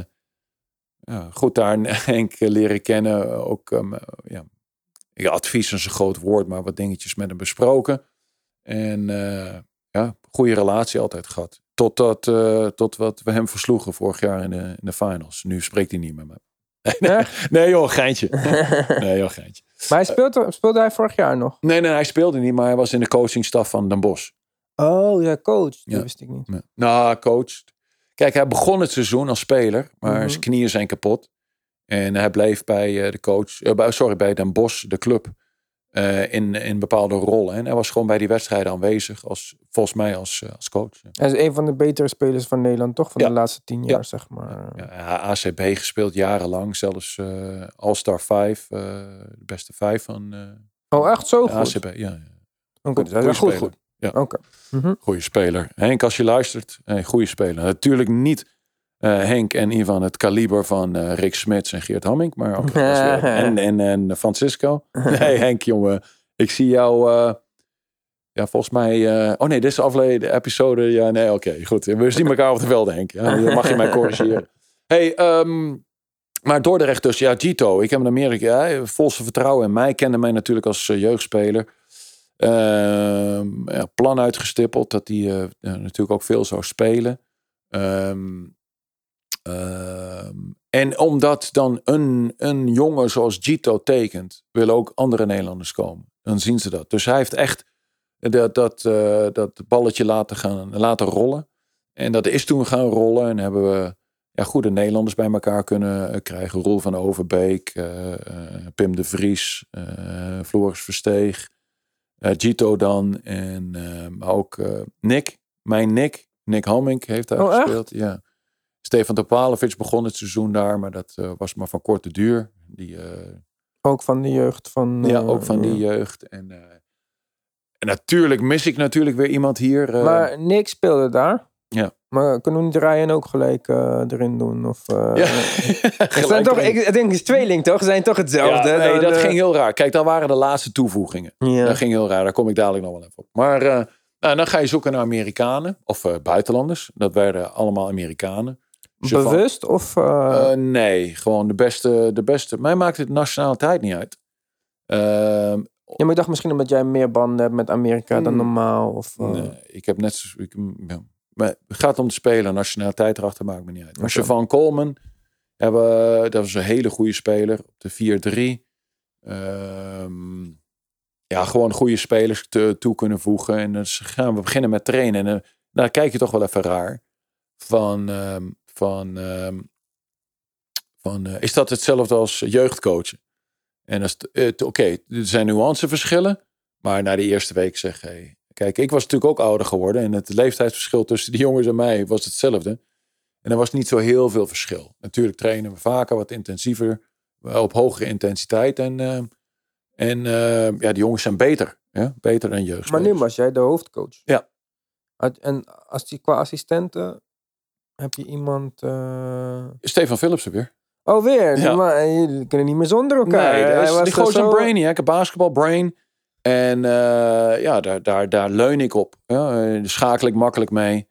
ja, goed daar Henk leren kennen. Ook um, ja, ja, advies is een groot woord. Maar wat dingetjes met hem besproken. En uh, ja, goede relatie altijd gehad. Totdat uh, tot wat we hem versloegen vorig jaar in de, in de finals. Nu spreekt hij niet meer met me. Nee, nee, nee joh, geintje. Nee joh, geintje. Maar hij speelde, speelde hij vorig jaar nog? Nee, nee, hij speelde niet. Maar hij was in de coachingstaf van Den Bosch. Oh, ja, coach. Dat ja. wist ik niet. Ja. Nou, coach. Kijk, hij begon het seizoen als speler, maar Mhm. zijn knieën zijn kapot. En hij bleef bij uh, de coach, uh, bij, sorry, bij Den Bosch, de club, uh, in, in bepaalde rollen. En hij was gewoon bij die wedstrijden aanwezig, als, volgens mij als, uh, als coach. Hij is een van de betere spelers van Nederland, toch? Van Ja. de laatste tien jaar, Ja. zeg maar. Ja, A C B gespeeld jarenlang, zelfs uh, All-Star vijf, uh, de beste vijf van uh, Oh, echt zo goed? A C B, ja. ja. Oké, dus hij is goed, goed. Ja. Oké. Okay. Mm-hmm. Goeie speler. Henk, als je luistert, hey, goede speler. Natuurlijk niet uh, Henk en Ivan het kaliber van uh, Rick Smits en Geert Hamming, maar ook en, en, en Francisco. Nee, Henk, jongen, ik zie jou. Uh, ja, volgens mij. Uh, oh nee, dit is afleden episode. Ja, nee, oké, okay, goed. We zien elkaar op de velden, Henk. Ja, dan mag je mij corrigeren. Hey, um, maar Dordrecht dus, ja, Gito. Ik heb in Amerika ja, volste vertrouwen in mij. Kende mij natuurlijk als uh, jeugdspeler. Uh, ja, plan uitgestippeld dat hij uh, natuurlijk ook veel zou spelen. Um, um, en omdat dan een, een jongen zoals Gito tekent, willen ook andere Nederlanders komen. Dan zien ze dat. Dus hij heeft echt dat, dat, uh, dat balletje laten, gaan, laten rollen. En dat is toen gaan rollen. En hebben we ja, goede Nederlanders bij elkaar kunnen krijgen. Roel van Overbeek, uh, uh, Pim de Vries, uh, Floris Versteeg. Uh, Gito dan en uh, maar ook uh, Nick, mijn Nick, Nick Hamming heeft daar oh, gespeeld. Echt? Ja. Stefan Topalovic begon het seizoen daar, maar dat uh, was maar van korte duur. Die, uh, ook van de jeugd van. Uh, ja, ook van die ja. jeugd. En, uh, en natuurlijk mis ik natuurlijk weer iemand hier. Uh, maar Nick speelde daar. Ja. Maar kunnen we niet Ryan ook gelijk uh, erin doen? Of, uh, ja, zijn toch, ik, ik denk het is tweeling toch? Zijn toch hetzelfde? Ja, nee, dan, dat uh... ging heel raar. Kijk, dat waren de laatste toevoegingen. Ja. Dat ging heel raar. Daar kom ik dadelijk nog wel even op. Maar uh, nou, dan ga je zoeken naar Amerikanen. Of uh, buitenlanders. Dat werden allemaal Amerikanen. Bewust? Of, uh... Uh, nee, gewoon de beste, de beste. Mij maakt het nationaliteit niet uit. Uh, ja, maar ik dacht misschien omdat jij meer banden hebt met Amerika hmm. dan normaal. Of, uh... Nee, ik heb net zo... Ik, ja. Maar het gaat om te spelen. Nationaliteit erachter maakt me niet uit. Maar okay. Siobhan Coleman, hebben, dat was een hele goede speler. Op de vier drie. Um, ja, gewoon goede spelers te, toe kunnen voegen. En dan gaan we beginnen met trainen. En uh, daar kijk je toch wel even raar. Van, um, van, um, van uh, is dat hetzelfde als jeugdcoachen? En uh, oké, okay, er zijn nuanceverschillen. Maar na de eerste week zeg hey, kijk, ik was natuurlijk ook ouder geworden. En het leeftijdsverschil tussen die jongens en mij was hetzelfde. En er was niet zo heel veel verschil. Natuurlijk trainen we vaker, wat intensiever. Op hogere intensiteit. En, uh, en uh, ja, die jongens zijn beter. Ja? Beter dan jeugd. Maar nu was jij de hoofdcoach. Ja. En als die, qua assistenten heb je iemand... Uh... Stefan Philipsen weer. Oh, weer? Ja. Maar jullie kunnen niet meer zonder elkaar. Nee, dat is, was die gozer zo... een brainiac, een basketbalbrain. En uh, ja, daar, daar, daar leun ik op. Ja, daar schakel ik makkelijk mee.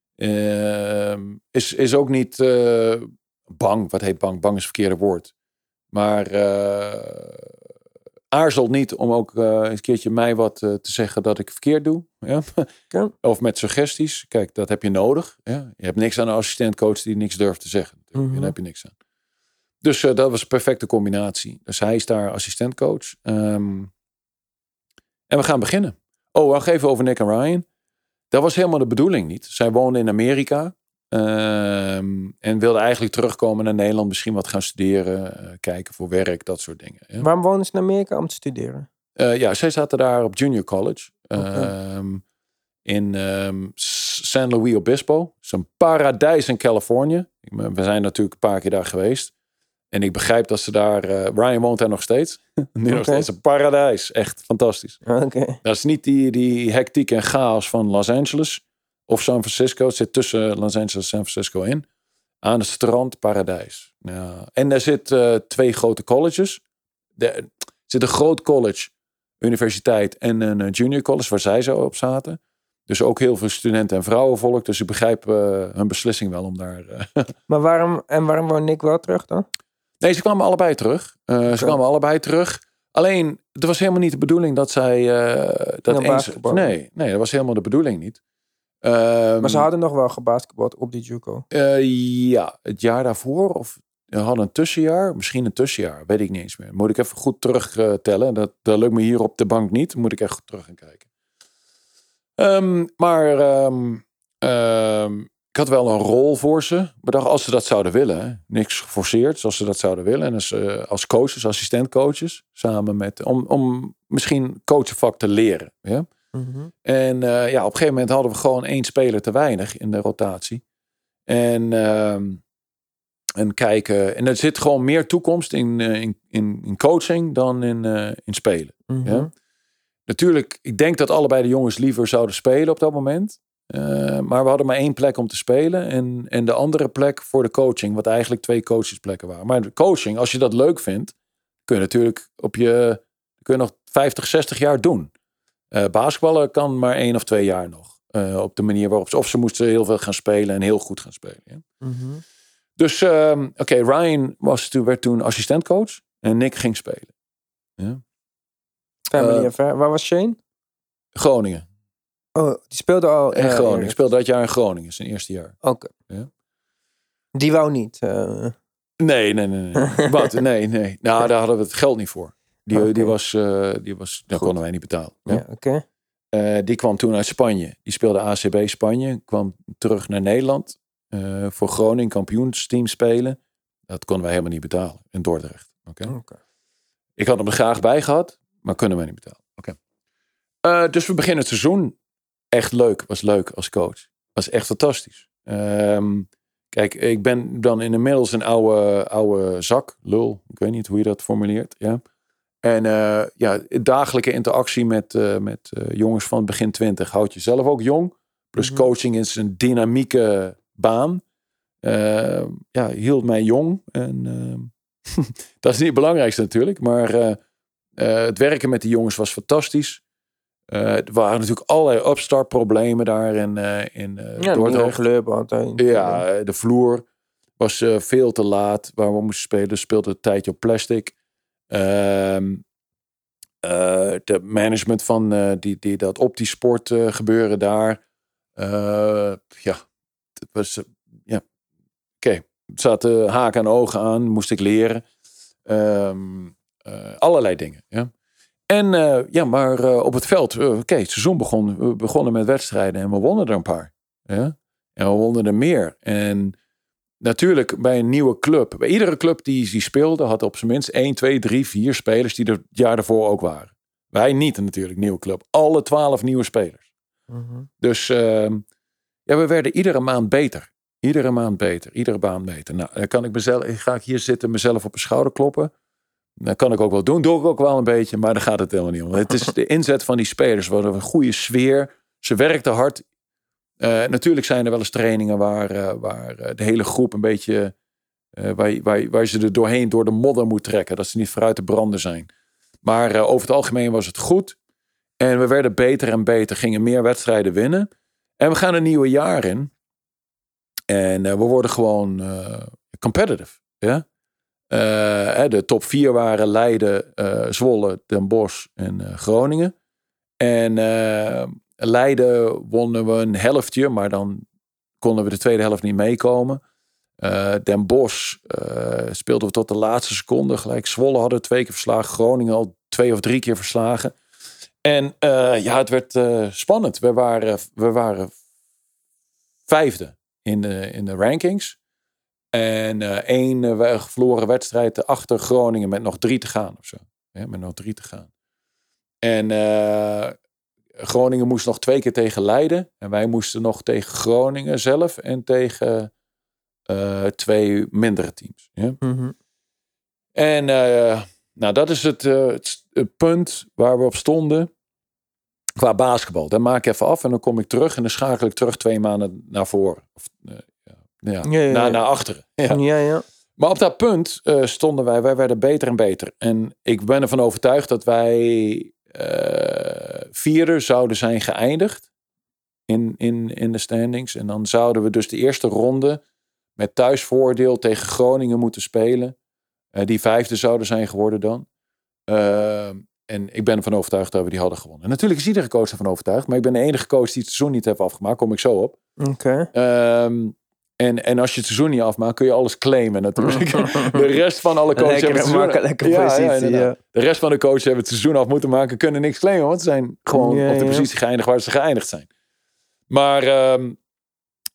Uh, is, is ook niet uh, bang. Wat heet bang? Bang is het verkeerde woord. Maar uh, aarzelt niet om ook uh, een keertje mij wat uh, te zeggen dat ik verkeerd doe. Ja? Ja. Of met suggesties. Kijk, dat heb je nodig. Ja? Je hebt niks aan een assistentcoach die niks durft te zeggen. Mm-hmm. Daar heb je niks aan. Dus uh, dat was een perfecte combinatie. Dus hij is daar assistentcoach. Um, en we gaan beginnen. Oh, wacht even over Nick en Ryan. Dat was helemaal de bedoeling niet. Zij woonden in Amerika. Um, en wilden eigenlijk terugkomen naar Nederland. Misschien wat gaan studeren. Uh, kijken voor werk. Dat soort dingen. Ja. Waarom wonen ze in Amerika? Om te studeren? Uh, ja, zij zaten daar op junior college. Okay. Um, in um, San Luis Obispo. Dat is een paradijs in Californië. We zijn natuurlijk een paar keer daar geweest. En ik begrijp dat ze daar... Uh, Ryan woont daar nog steeds. nu okay. nog steeds een paradijs. Echt fantastisch. Okay. Dat is niet die, die hectiek en chaos van Los Angeles. Of San Francisco. Het zit tussen Los Angeles en San Francisco in. Aan het strand, paradijs. Ja. En daar zitten uh, twee grote colleges. Er zit een groot college, universiteit en een junior college waar zij zo op zaten. Dus ook heel veel studenten en vrouwenvolk. Dus ik begrijp uh, hun beslissing wel om daar... Uh, maar waarom, en waarom wou Nick wel terug dan? Nee, ze kwamen allebei terug. Uh, okay. Ze kwamen allebei terug. Alleen, het was helemaal niet de bedoeling dat zij... Uh, dat eens, basketbal. Nee, nee, dat was helemaal de bedoeling niet. Um, maar ze hadden nog wel gebasketbald op die JUCO. Uh, ja, het jaar daarvoor. Of we hadden een tussenjaar. Misschien een tussenjaar. Weet ik niet eens meer. Moet ik even goed terug uh, tellen. Dat, dat lukt me hier op de bank niet. Moet ik echt goed terug gaan kijken. Um, maar um, um, ik had wel een rol voor ze. Maar dacht, als ze dat zouden willen. Hè, niks geforceerd, als ze dat zouden willen. En als, uh, als coaches, assistentcoaches. Samen met, om, om misschien coachenvak te leren. Ja? Mm-hmm. En uh, ja, op een gegeven moment hadden we gewoon één speler te weinig in de rotatie. En, uh, en kijken. En er zit gewoon meer toekomst in, uh, in, in, in coaching dan in, uh, in spelen. Mm-hmm. Ja? Natuurlijk, ik denk dat allebei de jongens liever zouden spelen op dat moment. Uh, maar we hadden maar één plek om te spelen. En, en de andere plek voor de coaching. Wat eigenlijk twee coachesplekken waren. Maar de coaching, als je dat leuk vindt. Kun je natuurlijk op je. Kun je nog vijftig, zestig jaar doen. Uh, basketballen kan maar één of twee jaar nog. Uh, op de manier waarop ze. Of ze moesten heel veel gaan spelen. En heel goed gaan spelen. Ja. Mm-hmm. Dus um, oké, okay, Ryan was, werd toen assistentcoach. En Nick ging spelen. Ja. Uh, Waar was Shane? Groningen. Oh, die speelde al in uh, Groningen. Ik speelde dat jaar in Groningen, zijn eerste jaar. Oké. Okay. Ja. Die wou niet. Uh... Nee, nee, nee. nee. Wat? Nee, nee. Nou, daar hadden we het geld niet voor. Die, okay. die was, uh, die was, dat konden wij niet betalen. Ja, ja oké. Okay. Uh, die kwam toen uit Spanje. Die speelde A C B Spanje. Kwam terug naar Nederland. Uh, voor Groningen kampioensteam spelen. Dat konden wij helemaal niet betalen. In Dordrecht. Oké. Okay? Okay. Ik had hem er graag bij gehad, maar kunnen wij niet betalen. Oké. Okay. Uh, dus we beginnen het seizoen. Echt leuk. Was leuk als coach. Was echt fantastisch. Um, kijk, ik ben dan inmiddels een oude, oude zak. Lul. Ik weet niet hoe je dat formuleert. Ja. En uh, ja, dagelijke interactie met, uh, met uh, jongens van begin twintig. Houd jezelf ook jong. Plus mm-hmm. coaching is een dynamieke baan. Uh, ja, hield mij jong. En uh, dat is niet het belangrijkste natuurlijk. Maar uh, uh, het werken met die jongens was fantastisch. Uh, er waren natuurlijk allerlei upstart problemen daar in, uh, in uh, ja, Dordrecht. Geleup, ja, de vloer was uh, veel te laat waar we moesten spelen. Dus speelde een tijdje op plastic. Uh, uh, de management van uh, die, die, dat OptiSport uh, gebeuren daar. Uh, ja, het was... Uh, ja. Oké, okay. Er zaten haken en ogen aan. Moest ik leren. Um, uh, allerlei dingen, ja. En uh, ja, maar uh, op het veld, uh, oké, okay, het seizoen begon, we begonnen met wedstrijden en we wonnen er een paar. Ja? En we wonnen er meer. En natuurlijk bij een nieuwe club, bij iedere club die, die speelde, had op zijn minst één, twee, drie, vier spelers die er het jaar daarvoor ook waren. Wij niet natuurlijk, nieuwe club. Alle twaalf nieuwe spelers. Mm-hmm. Dus uh, ja, we werden iedere maand beter. Iedere maand beter, iedere baan beter. Nou, dan kan ik mezelf, ga ik hier zitten, mezelf op mijn schouder kloppen. Dat kan ik ook wel doen. Doe ik ook wel een beetje. Maar daar gaat het helemaal niet om. Het is de inzet van die spelers. We hadden een goede sfeer. Ze werkten hard. Uh, natuurlijk zijn er wel eens trainingen waar, uh, waar uh, de hele groep een beetje... Uh, waar, waar, waar je er doorheen door de modder moet trekken. Dat ze niet vooruit te branden zijn. Maar uh, over het algemeen was het goed. En we werden beter en beter. Gingen meer wedstrijden winnen. En we gaan een nieuwe jaar in. En uh, we worden gewoon uh, competitive. Ja? Uh, de top vier waren Leiden, uh, Zwolle, Den Bosch en uh, Groningen. En uh, Leiden wonnen we een helftje, maar dan konden we de tweede helft niet meekomen. Uh, Den Bosch uh, speelden we tot de laatste seconde. Gelijk Zwolle hadden we twee keer verslagen. Groningen al twee of drie keer verslagen. En uh, ja, het werd uh, spannend. We waren, we waren vijfde in de, in de rankings. En uh, één uh, verloren wedstrijd achter Groningen met nog drie te gaan of zo. Ja, met nog drie te gaan. En uh, Groningen moest nog twee keer tegen Leiden. En wij moesten nog tegen Groningen zelf en tegen uh, twee mindere teams. Ja? Mm-hmm. En uh, nou, dat is het, uh, het, het punt waar we op stonden qua basketbal. Dan maak ik even af en dan kom ik terug en dan schakel ik terug twee maanden naar voren. Of, uh, Ja, ja, ja. Naar, naar achteren. Ja. Ja, ja. Maar op dat punt uh, stonden wij, wij werden beter en beter. En ik ben ervan overtuigd dat wij uh, vierde zouden zijn geëindigd in, in, in de standings. En dan zouden we dus de eerste ronde met thuisvoordeel tegen Groningen moeten spelen. Uh, die vijfde zouden zijn geworden dan. Uh, en ik ben ervan overtuigd dat we die hadden gewonnen. En natuurlijk is iedere coach ervan overtuigd. Maar ik ben de enige coach die het seizoen niet heeft afgemaakt. Kom ik zo op. Oké. Okay. Um, En, en als je het seizoen niet afmaakt, kun je alles claimen natuurlijk. De rest van alle coaches lekker, hebben het seizoen... lekker ja, positie, ja, ja. De rest van de coaches hebben het seizoen af moeten maken, kunnen niks claimen, want ze zijn gewoon ja, op de positie ja. geëindigd waar ze geëindigd zijn. Maar um,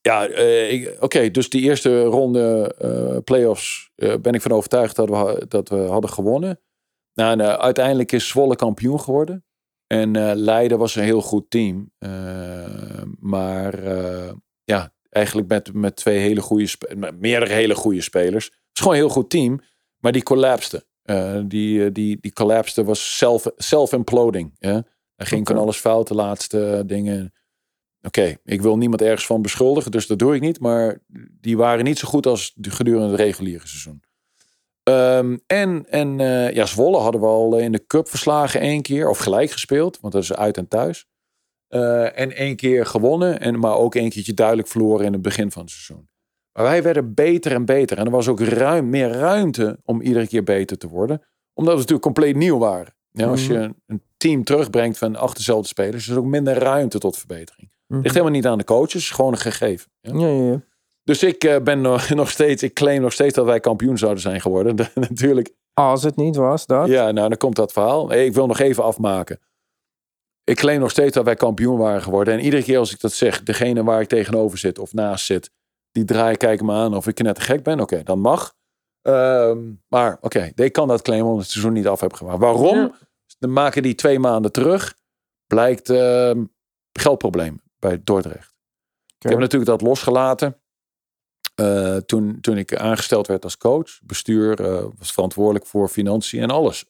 Ja, uh, oké. Okay, dus die eerste ronde uh, play-offs uh, ben ik van overtuigd dat we, dat we hadden gewonnen. Nou, en, uh, uiteindelijk is Zwolle kampioen geworden. En uh, Leiden was een heel goed team. Uh, maar uh, ja, eigenlijk met, met twee hele goede spelers, meerdere hele goede spelers. Het is gewoon een heel goed team, maar die collapste. Uh, die, die, die collapste was self, self-imploding. Ja? Er ging okay. van alles fout, de laatste dingen. Oké, okay, ik wil niemand ergens van beschuldigen, dus dat doe ik niet. Maar die waren niet zo goed als gedurende het reguliere seizoen. Um, en en uh, ja, Zwolle hadden we al in de cup verslagen één keer. Of gelijk gespeeld, want dat is uit en thuis. Uh, en één keer gewonnen. En, maar ook één keertje duidelijk verloren in het begin van het seizoen. Maar wij werden beter en beter. En er was ook ruim, meer ruimte om iedere keer beter te worden. Omdat we natuurlijk compleet nieuw waren. Ja, als je een team terugbrengt van acht dezelfde spelers, is er ook minder ruimte tot verbetering. Het ligt helemaal niet aan de coaches, het is gewoon een gegeven. Ja? Ja, ja, ja. Dus ik uh, ben nog, nog steeds, ik claim nog steeds dat wij kampioen zouden zijn geworden. Natuurlijk. Als het niet was, dat? Ja, nou, dan komt dat verhaal. Ik wil nog even afmaken. Ik claim nog steeds dat wij kampioen waren geworden. En iedere keer als ik dat zeg, degene waar ik tegenover zit of naast zit, die draai kijken me aan of ik net te gek ben. Oké, okay, dan mag. Um, maar oké, okay, ik kan dat claimen omdat ik het seizoen niet af heb gemaakt. Waarom? Ja. Dan maken die twee maanden terug. Blijkt uh, geldprobleem bij Dordrecht. Okay. Ik heb natuurlijk dat losgelaten. Uh, toen, toen ik aangesteld werd als coach. Bestuur uh, was verantwoordelijk voor financiën en alles.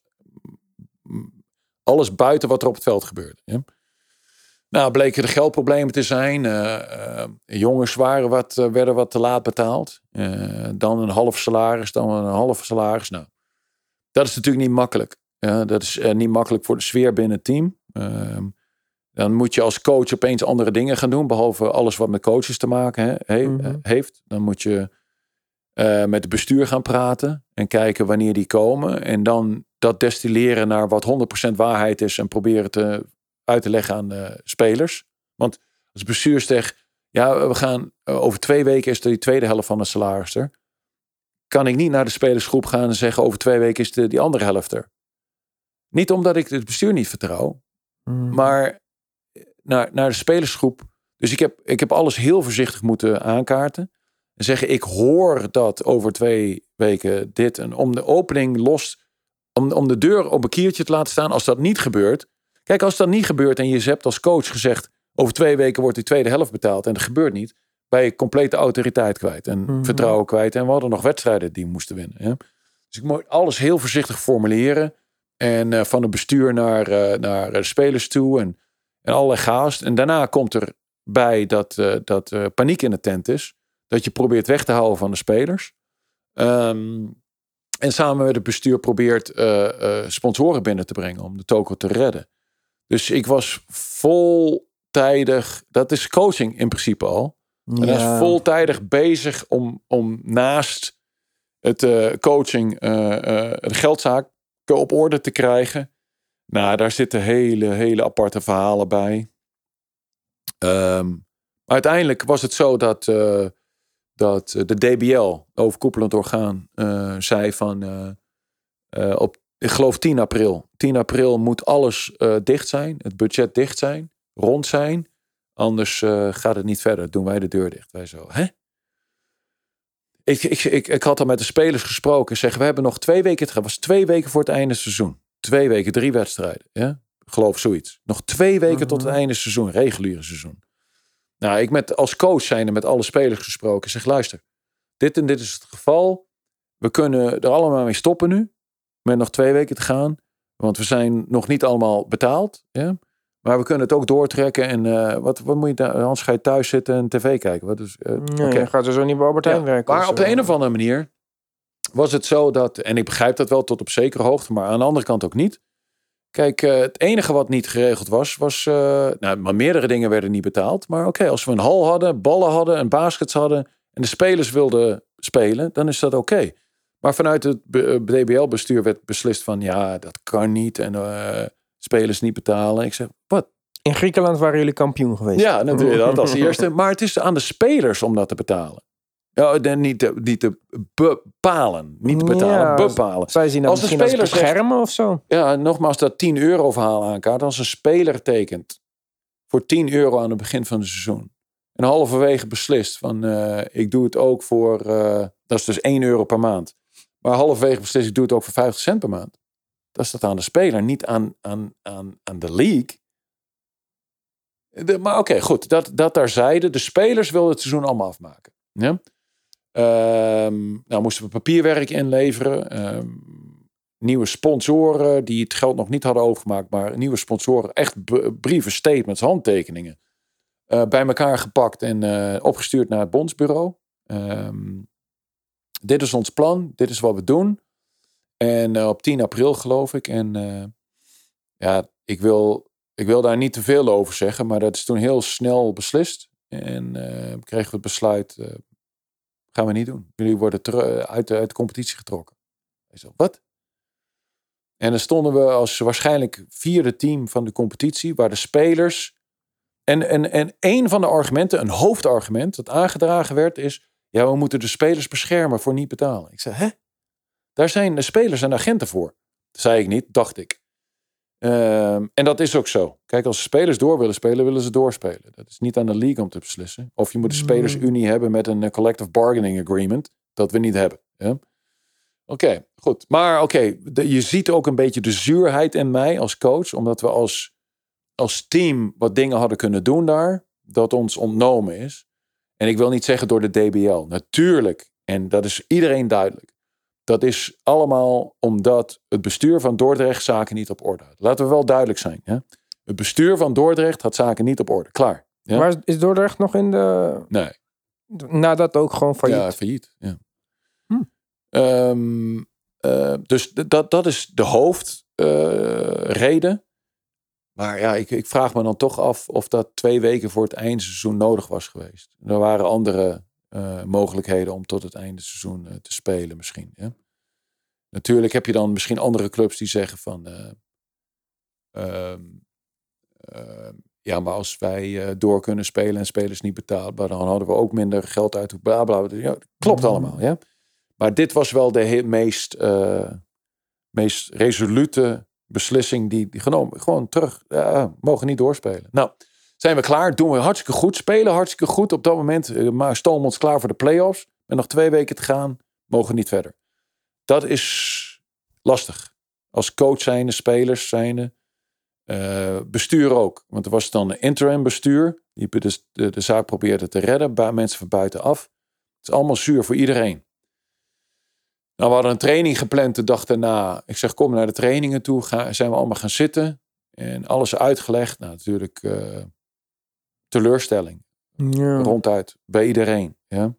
Alles buiten wat er op het veld gebeurde. Ja? Nou, bleken er geldproblemen te zijn. Uh, uh, jongens waren wat, uh, werden wat te laat betaald. Uh, dan een half salaris, dan een half salaris. Nou, dat is natuurlijk niet makkelijk. Ja, dat is uh, niet makkelijk voor de sfeer binnen het team. Uh, dan moet je als coach opeens andere dingen gaan doen. Behalve alles wat met coaches te maken he, he, mm-hmm. heeft. Dan moet je uh, met het bestuur gaan praten. En kijken wanneer die komen. En dan dat destilleren naar wat honderd procent waarheid is. En proberen te, uit te leggen aan de spelers. Want als bestuur zegt, ja, we gaan uh, over twee weken is de die tweede helft van het salaris er. Kan ik niet naar de spelersgroep gaan en zeggen over twee weken is de, die andere helft er. Niet omdat ik het bestuur niet vertrouw. Mm. Maar naar, naar de spelersgroep. Dus ik heb, ik heb alles heel voorzichtig moeten aankaarten. En zeggen, ik hoor dat over twee weken dit. En om de opening los, om, om de deur op een kiertje te laten staan. Als dat niet gebeurt. Kijk, als dat niet gebeurt en je hebt als coach gezegd, over twee weken wordt die tweede helft betaald. En dat gebeurt niet. Ben je complete autoriteit kwijt. En mm-hmm. vertrouwen kwijt. En we hadden nog wedstrijden die we moesten winnen. Ja? Dus ik moet alles heel voorzichtig formuleren. En uh, van het bestuur naar, uh, naar de spelers toe. En, en allerlei chaos. En daarna komt er bij dat, uh, dat uh, paniek in de tent is. Dat je probeert weg te houden van de spelers. Um, en samen met het bestuur probeert uh, uh, sponsoren binnen te brengen. Om de toko te redden. Dus ik was voltijdig. Dat is coaching in principe al. Ja. En dat is voltijdig bezig om, om naast het uh, coaching uh, uh, de geldzaak op orde te krijgen. Nou, daar zitten hele, hele aparte verhalen bij. Um, maar uiteindelijk was het zo dat, uh, dat de D B L, overkoepelend orgaan, uh, zei van uh, uh, op, ik geloof tien april. tien april moet alles uh, dicht zijn, het budget dicht zijn, rond zijn. Anders uh, gaat het niet verder. Doen wij de deur dicht. Wij zo, hè? Ik, ik, ik, ik had al met de spelers gesproken. Zeggen, we hebben nog twee weken. Het was twee weken voor het einde seizoen. Twee weken, drie wedstrijden. Ja? Geloof zoiets. Nog twee weken mm-hmm. tot het einde seizoen. Reguliere seizoen. Nou, ik met als coach zijnde met alle spelers gesproken. Zeg, luister. Dit en dit is het geval. We kunnen er allemaal mee stoppen nu. Met nog twee weken te gaan. Want we zijn nog niet allemaal betaald. Ja? Maar we kunnen het ook doortrekken. En uh, wat, wat moet je daar? Anders ga je thuis zitten en tv kijken. Wat is, uh, nee, okay. gaat er zo niet bij Albert Heijn ja, werken. Maar op de een of andere manier was het zo dat, en ik begrijp dat wel tot op zekere hoogte, maar aan de andere kant ook niet. Kijk, uh, het enige wat niet geregeld was, was, uh, nou, maar meerdere dingen werden niet betaald. Maar oké, okay, als we een hal hadden, ballen hadden en baskets hadden en de spelers wilden spelen, dan is dat oké. Okay. Maar vanuit het D B L-bestuur werd beslist van, ja, dat kan niet en uh, spelers niet betalen. Ik zeg, wat? In Griekenland waren jullie kampioen geweest. Ja, natuurlijk, dat als eerste. Maar het is aan de spelers om dat te betalen. Ja, niet, te, niet te bepalen. Niet te betalen, ja, bepalen. Zij zien dat als misschien als beschermen zegt, of zo? Ja, nogmaals, dat tien euro verhaal aankaart. Als een speler tekent voor tien euro aan het begin van het seizoen. En halverwege beslist van uh, ik doe het ook voor, uh, dat is dus één euro per maand. Maar halverwege beslist ik doe het ook voor vijftig cent per maand. Dat is dat aan de speler, niet aan, aan, aan, aan de league. De, maar oké, okay, goed. Dat, dat terzijde. De spelers wilden het seizoen allemaal afmaken. Ja? Um, nou moesten we papierwerk inleveren. Um, nieuwe sponsoren die het geld nog niet hadden overgemaakt. Maar nieuwe sponsoren, echt b- brieven, statements, handtekeningen. Uh, bij elkaar gepakt en uh, opgestuurd naar het bondsbureau. Um, dit is ons plan. Dit is wat we doen. En uh, op tien april geloof ik. En uh, ja, ik wil... Ik wil daar niet te veel over zeggen, maar dat is toen heel snel beslist. En uh, kregen we het besluit, uh, gaan we niet doen. Jullie worden ter- uit, de, uit de competitie getrokken. Ik zei, wat? En dan stonden we als waarschijnlijk vierde team van de competitie, waar de spelers... En, en, en een van de argumenten, een hoofdargument dat aangedragen werd, is... Ja, we moeten de spelers beschermen voor niet betalen. Ik zei, hè? Daar zijn de spelers en agenten voor. Dat zei ik niet, dacht ik. Um, en dat is ook zo. Kijk, als spelers door willen spelen, willen ze doorspelen. Dat is niet aan de league om te beslissen. Of je moet een spelersunie hebben met een collective bargaining agreement. Dat we niet hebben. Ja? Oké, okay, goed. Maar oké, okay, je ziet ook een beetje de zuurheid in mij als coach. Omdat we als, als team wat dingen hadden kunnen doen daar. Dat ons ontnomen is. En ik wil niet zeggen door de D B L. Natuurlijk. En dat is iedereen duidelijk. Dat is allemaal omdat het bestuur van Dordrecht zaken niet op orde had. Laten we wel duidelijk zijn. Hè? Het bestuur van Dordrecht had zaken niet op orde. Klaar. Ja? Maar is Dordrecht nog in de... Nee. Nadat ook gewoon failliet? Ja, failliet. Ja. Hm. Um, uh, dus d- dat, dat is de hoofdreden. Uh, maar ja, ik, ik vraag me dan toch af of dat twee weken voor het eindseizoen nodig was geweest. Er waren andere... Uh, mogelijkheden om tot het einde seizoen uh, te spelen misschien. Ja? Natuurlijk heb je dan misschien andere clubs die zeggen van... Uh, uh, uh, ja, maar als wij uh, door kunnen spelen en spelers niet betalen... dan hadden we ook minder geld uit. Bla, bla, bla. Ja, klopt mm. allemaal, ja. Maar dit was wel de he- meest, uh, meest resolute beslissing die, die genomen... Gewoon terug, uh, mogen niet doorspelen. Nou... Zijn we klaar? Doen we hartstikke goed. Spelen hartstikke goed. Op dat moment uh, maar stomen we ons klaar voor de play-offs. Met nog twee weken te gaan. Mogen we niet verder. Dat is lastig. Als coach zijnde, spelers zijnde. Uh, bestuur ook. Want er was dan een interim bestuur. Die de, de, de zaak probeerde te redden. Bij mensen van buitenaf. Het is allemaal zuur voor iedereen. Nou, we hadden een training gepland de dag daarna. Ik zeg, kom naar de trainingen toe. Ga, zijn we allemaal gaan zitten. En alles uitgelegd. Nou, natuurlijk... Uh, teleurstelling. Ja. Ronduit. Bij iedereen. Ja?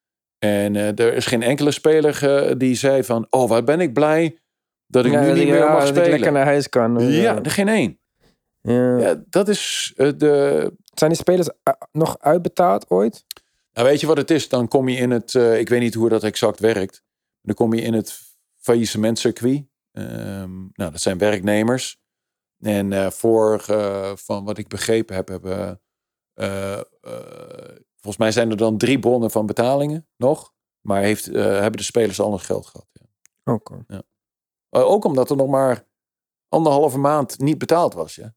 En uh, er is geen enkele speler uh, die zei van... Oh, wat ben ik blij dat ik ja, nu niet ja, meer mag dat spelen. Dat ik lekker naar huis kan. Ja, ja. Er geen één. Ja. Ja, dat is uh, de... Zijn die spelers uh, nog uitbetaald ooit? Nou, weet je wat het is? Dan kom je in het... Uh, ik weet niet hoe dat exact werkt. Dan kom je in het faillissementcircuit. Um, nou, dat zijn werknemers. En uh, voor, uh, van wat ik begrepen heb... hebben Uh, uh, volgens mij zijn er dan drie bronnen van betalingen nog. Maar heeft, uh, hebben de spelers al nog geld gehad. Ja. Oké. Okay. Ja. Uh, ook omdat er nog maar anderhalve maand niet betaald was. Ja,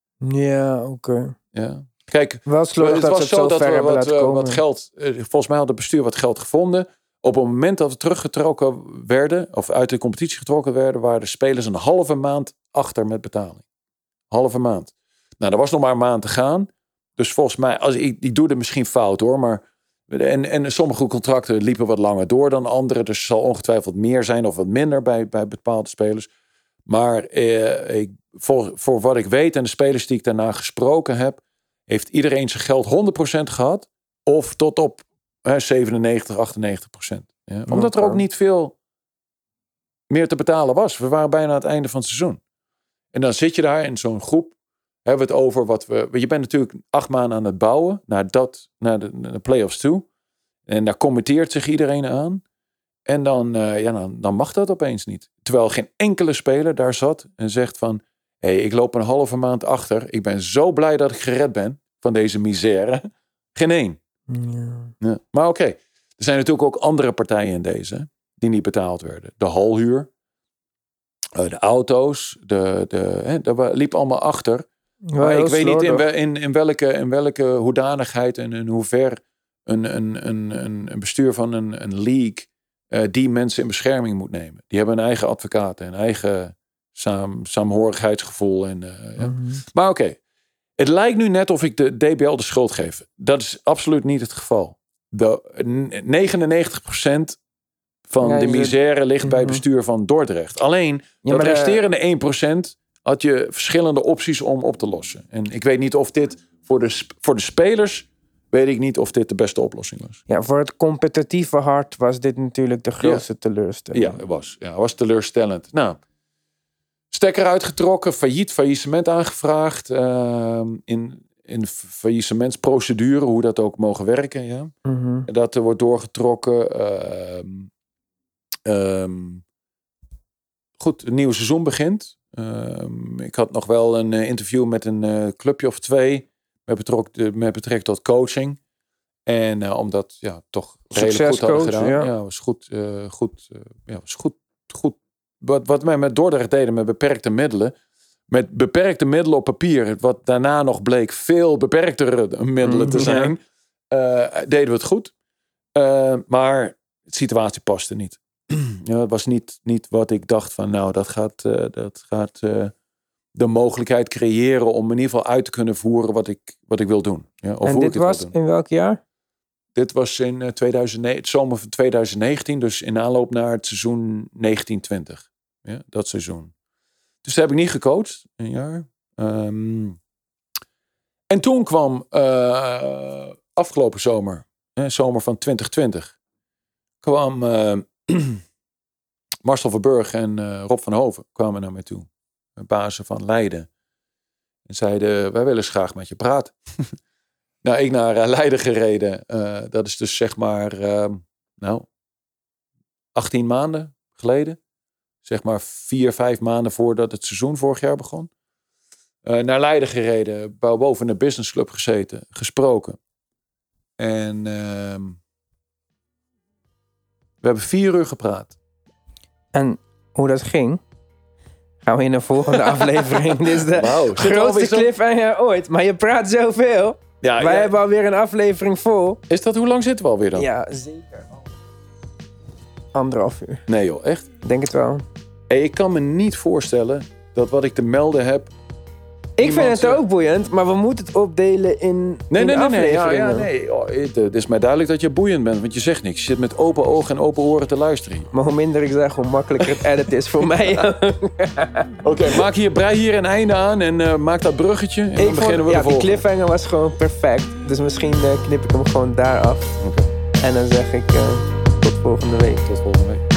ja oké. Okay. Ja. Kijk, wel slordig het dat was het zo, zo dat we wat, uh, wat geld... Uh, volgens mij had het bestuur wat geld gevonden. Op het moment dat we teruggetrokken werden... of uit de competitie getrokken werden... waren de spelers een halve maand achter met betaling. Halve maand. Nou, er was nog maar een maand te gaan... Dus volgens mij, als ik, ik doe het misschien fout hoor, maar en, en sommige contracten liepen wat langer door dan andere. Dus er zal ongetwijfeld meer zijn of wat minder bij, bij bepaalde spelers. Maar eh, ik, voor, voor wat ik weet en de spelers die ik daarna gesproken heb, heeft iedereen zijn geld honderd procent gehad. Of tot op hè, zevenennegentig, achtennegentig procent. Ja, omdat er ook niet veel meer te betalen was. We waren bijna aan het einde van het seizoen. En dan zit je daar in zo'n groep. Hebben we het over wat we... Je bent natuurlijk acht maanden aan het bouwen. Naar, dat, naar, de, naar de play-offs toe. En daar committeert zich iedereen aan. En dan, uh, ja, dan, dan mag dat opeens niet. Terwijl geen enkele speler daar zat en zegt van... Hé, hey, ik loop een halve maand achter. Ik ben zo blij dat ik gered ben van deze misère. Geen één. Ja. Ja. Maar oké. Okay. Er zijn natuurlijk ook andere partijen in deze... die niet betaald werden. De halhuur. Uh, de auto's. De, de, hè, dat liep allemaal achter... Maar ik weet niet in, we, in, in, welke, in welke hoedanigheid en in hoever een, een, een, een bestuur van een, een league uh, die mensen in bescherming moet nemen. Die hebben een eigen advocaat en een eigen saam, saamhorigheidsgevoel. En, uh, mm-hmm. ja. Maar oké, okay. Het lijkt nu net of ik de D B L de schuld geef. Dat is absoluut niet het geval. De negenennegentig procent van ja, de misère ligt mm-hmm. bij het bestuur van Dordrecht. Alleen ja, dat resterende de... één procent had je verschillende opties om op te lossen. En ik weet niet of dit voor de, voor de spelers, weet ik niet of dit de beste oplossing was. Ja, voor het competitieve hart was dit natuurlijk de grootste ja. teleurstelling. Ja, het was, ja, het was teleurstellend. Nou, stekker uitgetrokken, failliet, faillissement aangevraagd. Uh, in, in faillissementsprocedure, hoe dat ook mogen werken. Ja. Mm-hmm. Dat er wordt doorgetrokken. Uh, um, goed, een nieuw seizoen begint. Uh, ik had nog wel een uh, interview met een uh, clubje of twee met, betrok, uh, met betrekking tot coaching. En uh, omdat ja, toch redelijk goed hadden gedaan. Ja, ja was goed. Uh, goed, uh, ja, was goed, goed. Wat, wat wij met Dordrecht deden met beperkte middelen. Met beperkte middelen op papier. Wat daarna nog bleek veel beperktere middelen te zijn. Uh, deden we het goed. Uh, maar de situatie paste niet. Ja, het was niet, niet wat ik dacht van nou dat gaat, uh, dat gaat uh, de mogelijkheid creëren om in ieder geval uit te kunnen voeren wat ik, wat ik wil doen. Ja, of en dit was in welk jaar? Dit was in uh, tweeduizend negen, het zomer van twintig negentien, dus in aanloop naar het seizoen negentien twintig. Ja, dat seizoen. Dus daar heb ik niet gecoacht, een jaar. Um, en toen kwam uh, afgelopen zomer, hè, zomer van twintig twintig, kwam uh, Marcel Verburg en uh, Rob van Hoven kwamen naar mij toe. Bazen van Leiden. En zeiden, wij willen eens graag met je praten. Nou, ik naar uh, Leiden gereden. Uh, dat is dus zeg maar, uh, nou, achttien maanden geleden. Zeg maar vier, vijf maanden voordat het seizoen vorig jaar begon. Uh, naar Leiden gereden. Boven in een businessclub gezeten. Gesproken. En uh, we hebben vier uur gepraat. En hoe dat ging, gaan we in de volgende aflevering. Dit is de wow, grootste cliffhanger ooit. Maar je praat zoveel. Ja, Wij ja. hebben alweer een aflevering vol. Is dat, hoe lang zitten we alweer dan? Ja, zeker. Anderhalf uur. Nee joh, echt? Denk het wel. Hey, ik kan me niet voorstellen dat wat ik te melden heb... Ik vind het ook boeiend, maar we moeten het opdelen in, nee, in nee, de nee, nee, ja, afleveringen. ja, nee. Oh, het, het is mij duidelijk dat je boeiend bent, want je zegt niks. Je zit met open ogen en open oren te luisteren. Maar hoe minder ik zeg, hoe makkelijker het edit is voor mij. Oké, okay, maak hier, brei hier een einde aan en uh, maak dat bruggetje. En ik dan vond, beginnen we ja, de volgende. Die cliffhanger was gewoon perfect. Dus misschien uh, knip ik hem gewoon daar af. Okay. En dan zeg ik uh, tot volgende week. Tot volgende week.